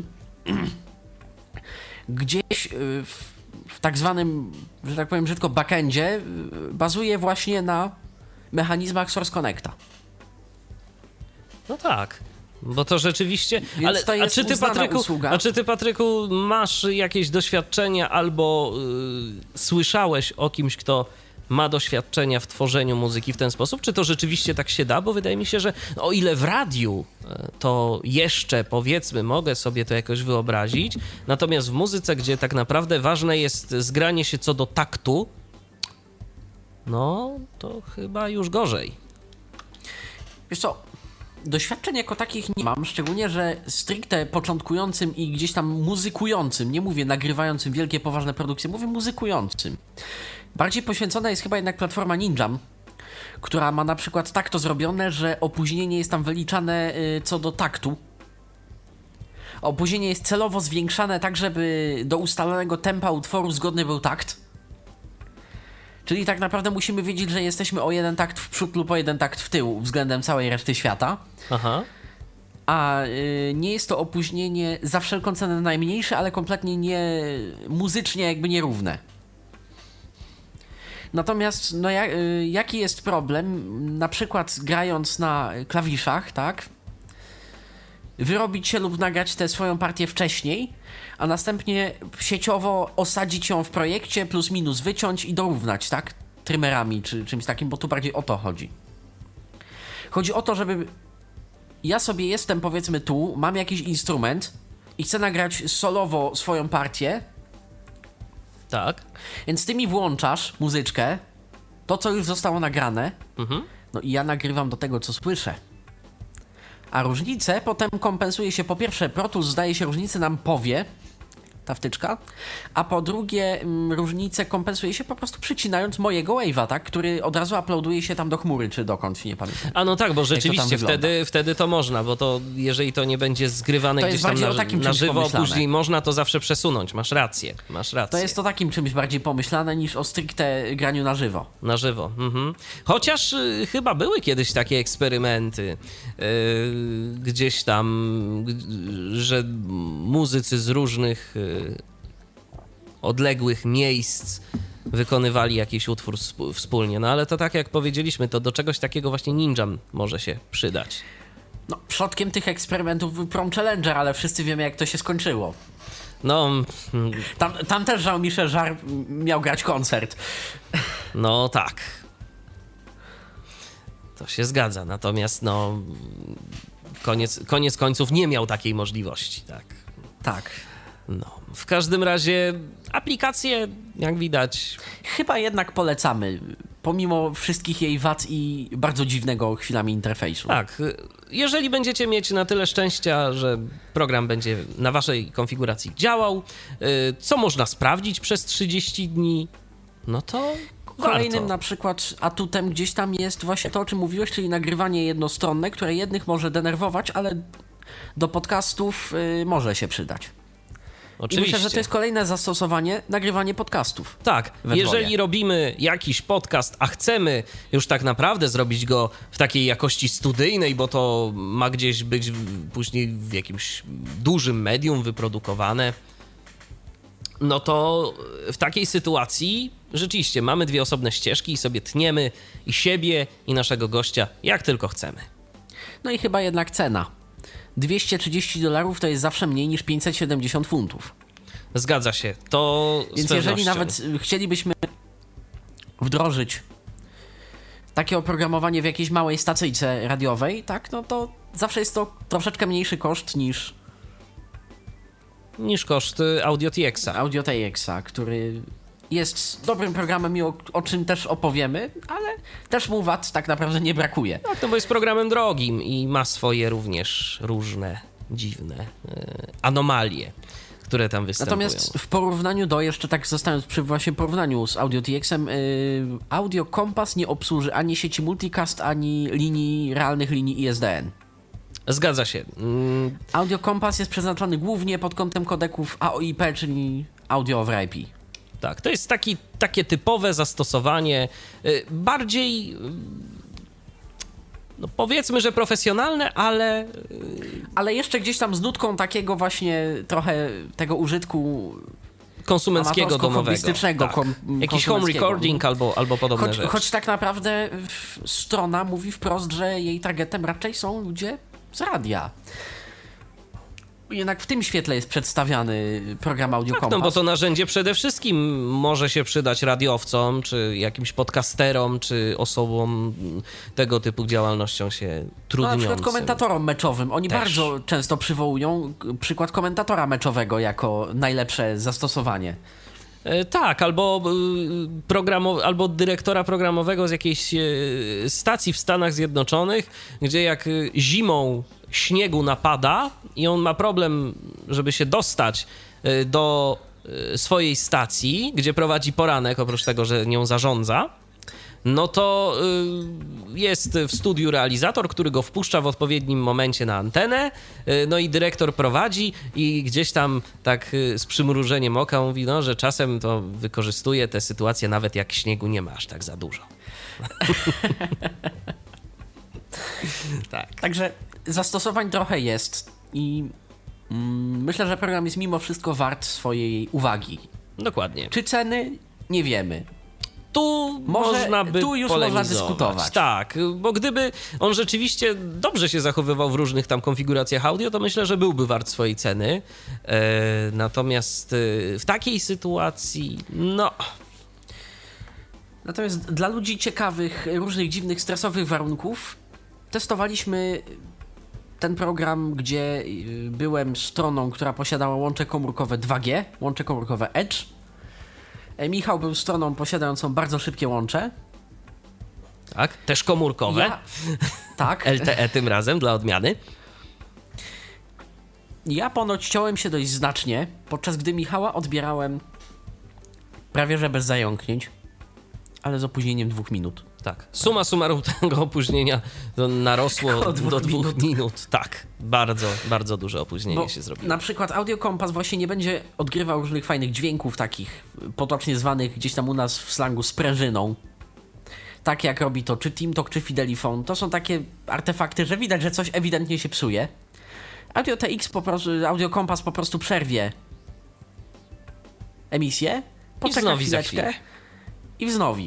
gdzieś w tak zwanym, że tak powiem brzydko, backendzie bazuje właśnie na mechanizmach Source Connecta. No tak. Bo to rzeczywiście. Więc Ale to jest usługa. A czy ty, Patryku, masz jakieś doświadczenia albo słyszałeś o kimś, kto ma doświadczenia w tworzeniu muzyki w ten sposób? Czy to rzeczywiście tak się da? Bo wydaje mi się, że o ile w radiu to jeszcze, powiedzmy, mogę sobie to jakoś wyobrazić, natomiast w muzyce, gdzie tak naprawdę ważne jest zgranie się co do taktu, no to chyba już gorzej. Wiesz co, doświadczeń jako takich nie mam, szczególnie, że stricte początkującym i gdzieś tam muzykującym, nie mówię nagrywającym wielkie, poważne produkcje, mówię muzykującym. Bardziej poświęcona jest chyba jednak platforma Ninjam, która ma na przykład tak to zrobione, że opóźnienie jest tam wyliczane co do taktu. Opóźnienie jest celowo zwiększane tak, żeby do ustalonego tempa utworu zgodny był takt. Czyli tak naprawdę musimy wiedzieć, że jesteśmy o jeden takt w przód lub o jeden takt w tył względem całej reszty świata. Aha. A nie jest to opóźnienie za wszelką cenę najmniejsze, ale kompletnie nie muzycznie jakby nierówne. Natomiast no, jaki jest problem? Na przykład grając na klawiszach, tak? Wyrobić się lub nagrać tę swoją partię wcześniej, a następnie sieciowo osadzić ją w projekcie, plus minus wyciąć i dorównać, tak? Trymerami czy czymś takim, bo tu bardziej o to chodzi. Chodzi o to, żeby ja sobie jestem, powiedzmy tu, mam jakiś instrument i chcę nagrać solowo swoją partię. Tak. Więc ty mi włączasz muzyczkę, to co już zostało nagrane, no i ja nagrywam do tego, co słyszę. A różnicę potem kompensuje się, po pierwsze, Pro Tools zdaje się różnicę nam powie, ta wtyczka, a po drugie różnicę kompensuje się po prostu przycinając mojego wave'a, tak, który od razu uploaduje się tam do chmury, czy dokąd, nie pamiętam. A no tak, bo rzeczywiście wtedy to można, bo to jeżeli to nie będzie zgrywane to gdzieś tam na żywo, później można to zawsze przesunąć, masz rację. To jest to takim czymś bardziej pomyślane niż o stricte graniu na żywo. Na żywo. Chociaż chyba były kiedyś takie eksperymenty gdzieś tam, że muzycy z różnych odległych miejsc wykonywali jakiś utwór wspólnie. No ale to tak jak powiedzieliśmy, to do czegoś takiego właśnie Ninjam może się przydać. No, przodkiem tych eksperymentów był Prom Challenger, ale wszyscy wiemy, jak to się skończyło. No... Tam też Jean-Michel Jarre miał grać koncert. No tak. To się zgadza, natomiast no... Koniec końców nie miał takiej możliwości, tak. Tak. No, w każdym razie aplikację, jak widać... Chyba jednak polecamy, pomimo wszystkich jej wad i bardzo dziwnego chwilami interfejsu. Tak, jeżeli będziecie mieć na tyle szczęścia, że program będzie na waszej konfiguracji działał, co można sprawdzić przez 30 dni, no to Kolejnym warto. Na przykład atutem gdzieś tam jest właśnie to, o czym mówiłeś, czyli nagrywanie jednostronne, które jednych może denerwować, ale do podcastów może się przydać. Oczywiście. I myślę, że to jest kolejne zastosowanie, nagrywanie podcastów. Tak, jeżeli robimy jakiś podcast, a chcemy już tak naprawdę zrobić go w takiej jakości studyjnej, bo to ma gdzieś być później w jakimś dużym medium wyprodukowane, no to w takiej sytuacji rzeczywiście mamy dwie osobne ścieżki i sobie tniemy i siebie, i naszego gościa, jak tylko chcemy. No i chyba jednak cena. $230 to jest zawsze mniej niż 570 funtów. Zgadza się, to Więc jeżeli nawet chcielibyśmy wdrożyć takie oprogramowanie w jakiejś małej stacyjce radiowej, tak, no to zawsze jest to troszeczkę mniejszy koszt niż koszt Audio TX-a. Audio TX-a, który jest dobrym programem i o czym też opowiemy, ale też mu wad tak naprawdę nie brakuje. Tak, no bo jest programem drogim i ma swoje również różne dziwne anomalie, które tam występują. Natomiast w porównaniu do, jeszcze tak zostając przy właśnie porównaniu z Audio TX-em, Audio Compass nie obsłuży ani sieci multicast, ani realnych linii ISDN. Zgadza się. Audio Compass jest przeznaczony głównie pod kątem kodeków AOIP, czyli Audio over IP. Tak, to jest takie typowe zastosowanie, bardziej, no powiedzmy, że profesjonalne, ale... Ale jeszcze gdzieś tam z nutką takiego właśnie trochę tego użytku konsumenckiego, domowego. Tak. Jakiś home recording albo podobne rzeczy. Choć tak naprawdę strona mówi wprost, że jej targetem raczej są ludzie z radia. Jednak w tym świetle jest przedstawiany program Audio Compass. No bo to narzędzie przede wszystkim może się przydać radiowcom, czy jakimś podcasterom, czy osobom tego typu działalnością się trudniącym. Na przykład komentatorom meczowym. Oni też bardzo często przywołują przykład komentatora meczowego jako najlepsze zastosowanie. Tak, albo dyrektora programowego z jakiejś stacji w Stanach Zjednoczonych, gdzie jak zimą śniegu napada i on ma problem, żeby się dostać do swojej stacji, gdzie prowadzi poranek, oprócz tego, że nią zarządza, no to jest w studiu realizator, który go wpuszcza w odpowiednim momencie na antenę, no i dyrektor prowadzi i gdzieś tam tak z przymrużeniem oka mówi, no, że czasem to wykorzystuje tę sytuację, nawet jak śniegu nie ma aż tak za dużo. Tak. Także zastosowań trochę jest i myślę, że program jest mimo wszystko swojej uwagi. Dokładnie. Czy ceny? Nie wiemy. Tu można by tu już polemizować. można dyskutować. Tak, bo gdyby on rzeczywiście dobrze się zachowywał w różnych tam konfiguracjach audio, to myślę, że byłby wart swojej ceny. Natomiast w takiej sytuacji, no... Natomiast dla ludzi ciekawych różnych dziwnych, stresowych warunków testowaliśmy ten program, gdzie byłem stroną, która posiadała łącze komórkowe 2G, łącze komórkowe Edge. Michał był stroną posiadającą bardzo szybkie łącze. Tak, też komórkowe. Tak. LTE tym razem, dla odmiany. Ja ponoć ciąłem się dość znacznie, podczas gdy Michała odbierałem prawie że bez zająknięć, ale z opóźnieniem 2 minut. Tak. Summa summarum tego opóźnienia narosło do 2 minut. Tak. Bardzo, bardzo duże opóźnienie się zrobiło. Na przykład Audio Compass właśnie nie będzie odgrywał różnych fajnych dźwięków, takich potocznie zwanych gdzieś tam u nas w slangu sprężyną. Tak jak robi to czy TeamTalk, czy Fidelifon. To są takie artefakty, że widać, że coś ewidentnie się psuje. Audio Compass po prostu przerwie emisję, poczeka chwileczkę i wznowi.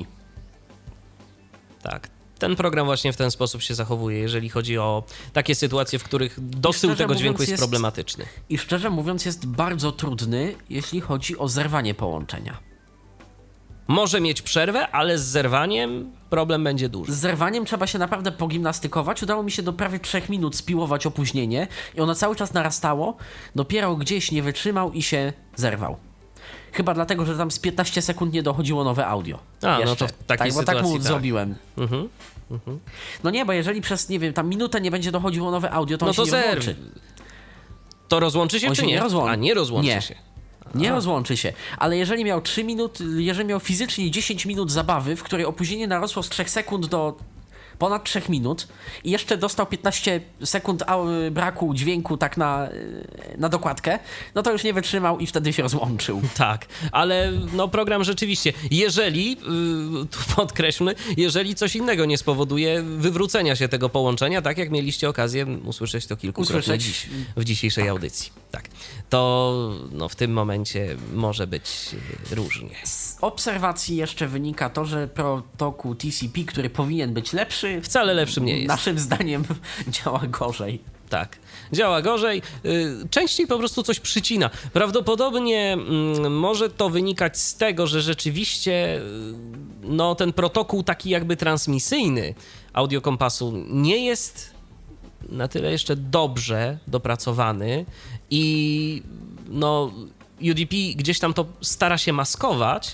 Tak. Ten program właśnie w ten sposób się zachowuje, jeżeli chodzi o takie sytuacje, w których dosył tego dźwięku jest problematyczny. I szczerze mówiąc jest bardzo trudny, jeśli chodzi o zerwanie połączenia. Może mieć przerwę, ale z zerwaniem problem będzie duży. Z zerwaniem trzeba się naprawdę pogimnastykować. Udało mi się do prawie 3 minut spiłować opóźnienie i ono cały czas narastało. Dopiero gdzieś nie wytrzymał i się zerwał. Chyba dlatego, że tam z 15 sekund nie dochodziło nowe audio. A, no to w takiej sytuacji bo tak mu zrobiłem. Mhm. No nie, bo jeżeli przez, nie wiem, tam minutę nie będzie dochodziło nowe audio, to on się nie rozłączy. To rozłączy się, on czy się nie? Nie rozłączy się. Nie rozłączy się, ale jeżeli miał 3 minuty, jeżeli miał fizycznie 10 minut zabawy, w której opóźnienie narosło z 3 sekund do ponad 3 minut i jeszcze dostał 15 sekund braku dźwięku tak na dokładkę, no to już nie wytrzymał i wtedy się rozłączył. Tak, ale no program rzeczywiście, jeżeli, tu podkreślmy, jeżeli coś innego nie spowoduje wywrócenia się tego połączenia, tak jak mieliście okazję usłyszeć to kilkukrotnie w dzisiejszej audycji. Tak, to no, w tym momencie może być różnie. Z obserwacji jeszcze wynika to, że protokół TCP, który powinien być lepszy, wcale lepszym nie jest. Naszym zdaniem działa gorzej. Tak, działa gorzej, częściej po prostu coś przycina. Prawdopodobnie może to wynikać z tego, że rzeczywiście no, ten protokół taki jakby transmisyjny Audio Compassu nie jest na tyle jeszcze dobrze dopracowany i no, UDP gdzieś tam to stara się maskować,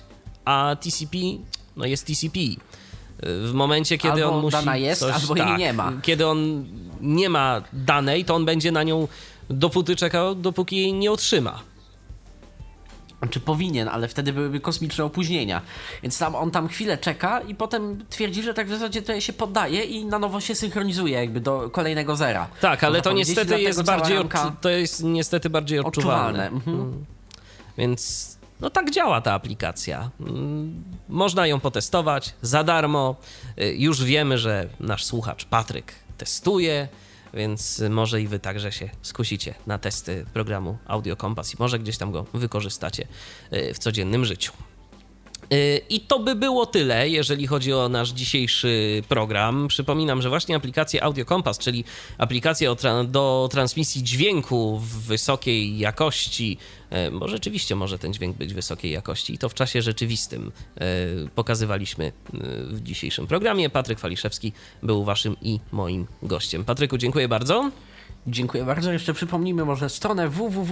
a TCP, no jest TCP. W momencie, kiedy Albo on musi dana jest, coś, albo jej nie ma. Kiedy on nie ma danej, to on będzie na nią dopóty czekał, dopóki jej nie otrzyma. Czy powinien, ale wtedy byłyby kosmiczne opóźnienia. Więc on tam chwilę czeka i potem twierdzi, że tak w zasadzie to się poddaje i na nowo się synchronizuje jakby do kolejnego zera. Tak, ale Można to powiedzieć, niestety jest cała bardziej ramka to jest niestety bardziej odczuwalne. Więc no tak działa ta aplikacja. Można ją potestować za darmo. Już wiemy, że nasz słuchacz Patryk testuje, więc może i wy także się skusicie na testy programu Audio Compass i może gdzieś tam go wykorzystacie w codziennym życiu. I to by było tyle, jeżeli chodzi o nasz dzisiejszy program. Przypominam, że właśnie aplikację Audio Compass, czyli aplikacja do transmisji dźwięku w wysokiej jakości, bo rzeczywiście może ten dźwięk być wysokiej jakości i to w czasie rzeczywistym pokazywaliśmy w dzisiejszym programie. Patryk Waliszewski był waszym i moim gościem. Patryku, dziękuję bardzo. Dziękuję bardzo. Jeszcze przypomnijmy może stronę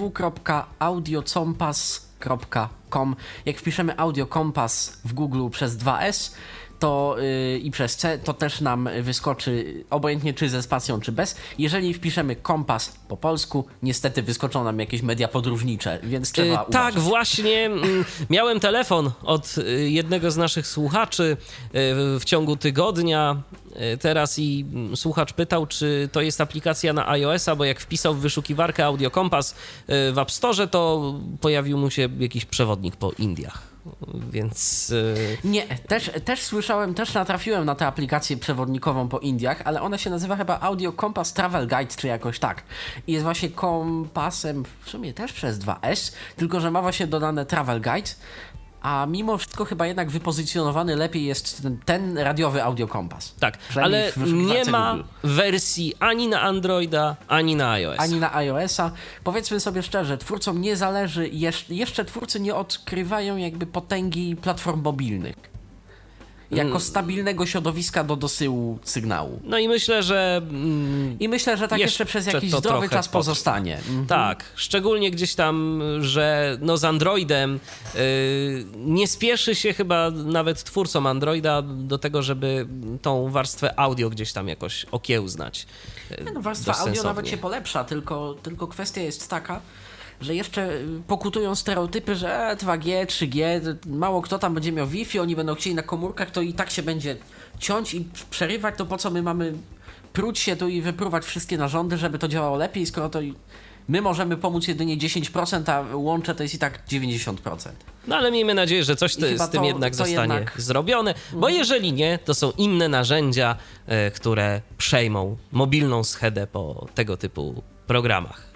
www.audiocompas.com. Jak wpiszemy Audio Compass w Google przez 2S to, i przez C, to też nam wyskoczy obojętnie czy ze spacją, czy bez. Jeżeli wpiszemy kompas po polsku, niestety wyskoczą nam jakieś media podróżnicze, więc trzeba uważać. Tak, właśnie miałem telefon od jednego z naszych słuchaczy w ciągu tygodnia teraz i słuchacz pytał, czy to jest aplikacja na iOS-a, bo jak wpisał w wyszukiwarkę Audio Compass w App Store, to pojawił mu się jakiś przewodnik po Indiach. Więc... Nie, też słyszałem, też natrafiłem na tę aplikację przewodnikową po Indiach, ale ona się nazywa chyba Audio Compass Travel Guide, czy jakoś tak. I jest właśnie kompasem, w sumie też przez 2S, tylko że ma właśnie dodane Travel Guide, a mimo wszystko chyba jednak wypozycjonowany lepiej jest ten radiowy Audio Compass. Tak, ale nie ma wersji ani na Androida, ani na iOS. Ani na iOS-a. Powiedzmy sobie szczerze, twórcom nie zależy, jeszcze twórcy nie odkrywają jakby potęgi platform mobilnych jako stabilnego środowiska do dosyłu sygnału. No i myślę, że... tak jeszcze przez jakiś zdrowy czas pozostanie. Tak, szczególnie gdzieś tam, że no z Androidem nie spieszy się chyba nawet twórcom Androida do tego, żeby tą warstwę audio gdzieś tam jakoś okiełznać. Warstwa audio nawet się polepsza, tylko kwestia jest taka, że jeszcze pokutują stereotypy, że 2G, 3G, mało kto tam będzie miał Wi-Fi, oni będą chcieli na komórkach, to i tak się będzie ciąć i przerywać, to po co my mamy pruć się tu i wypruwać wszystkie narządy, żeby to działało lepiej, skoro to my możemy pomóc jedynie 10%, a łącze to jest i tak 90%. No ale miejmy nadzieję, że coś z tym jednak zostanie zrobione, bo jeżeli nie, to są inne narzędzia, które przejmą mobilną schedę po tego typu programach.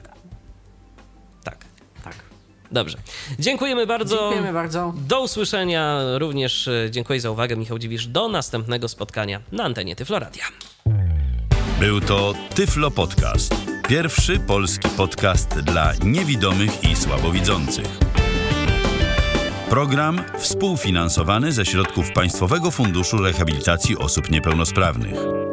Tak. Dobrze. Dziękujemy bardzo. Dziękujemy bardzo. Do usłyszenia. Również dziękuję za uwagę. Michał Dziwisz. Do następnego spotkania na antenie Tyflo Radia. Był to Tyflo Podcast. Pierwszy polski podcast dla niewidomych i słabowidzących. Program współfinansowany ze środków Państwowego Funduszu Rehabilitacji Osób Niepełnosprawnych.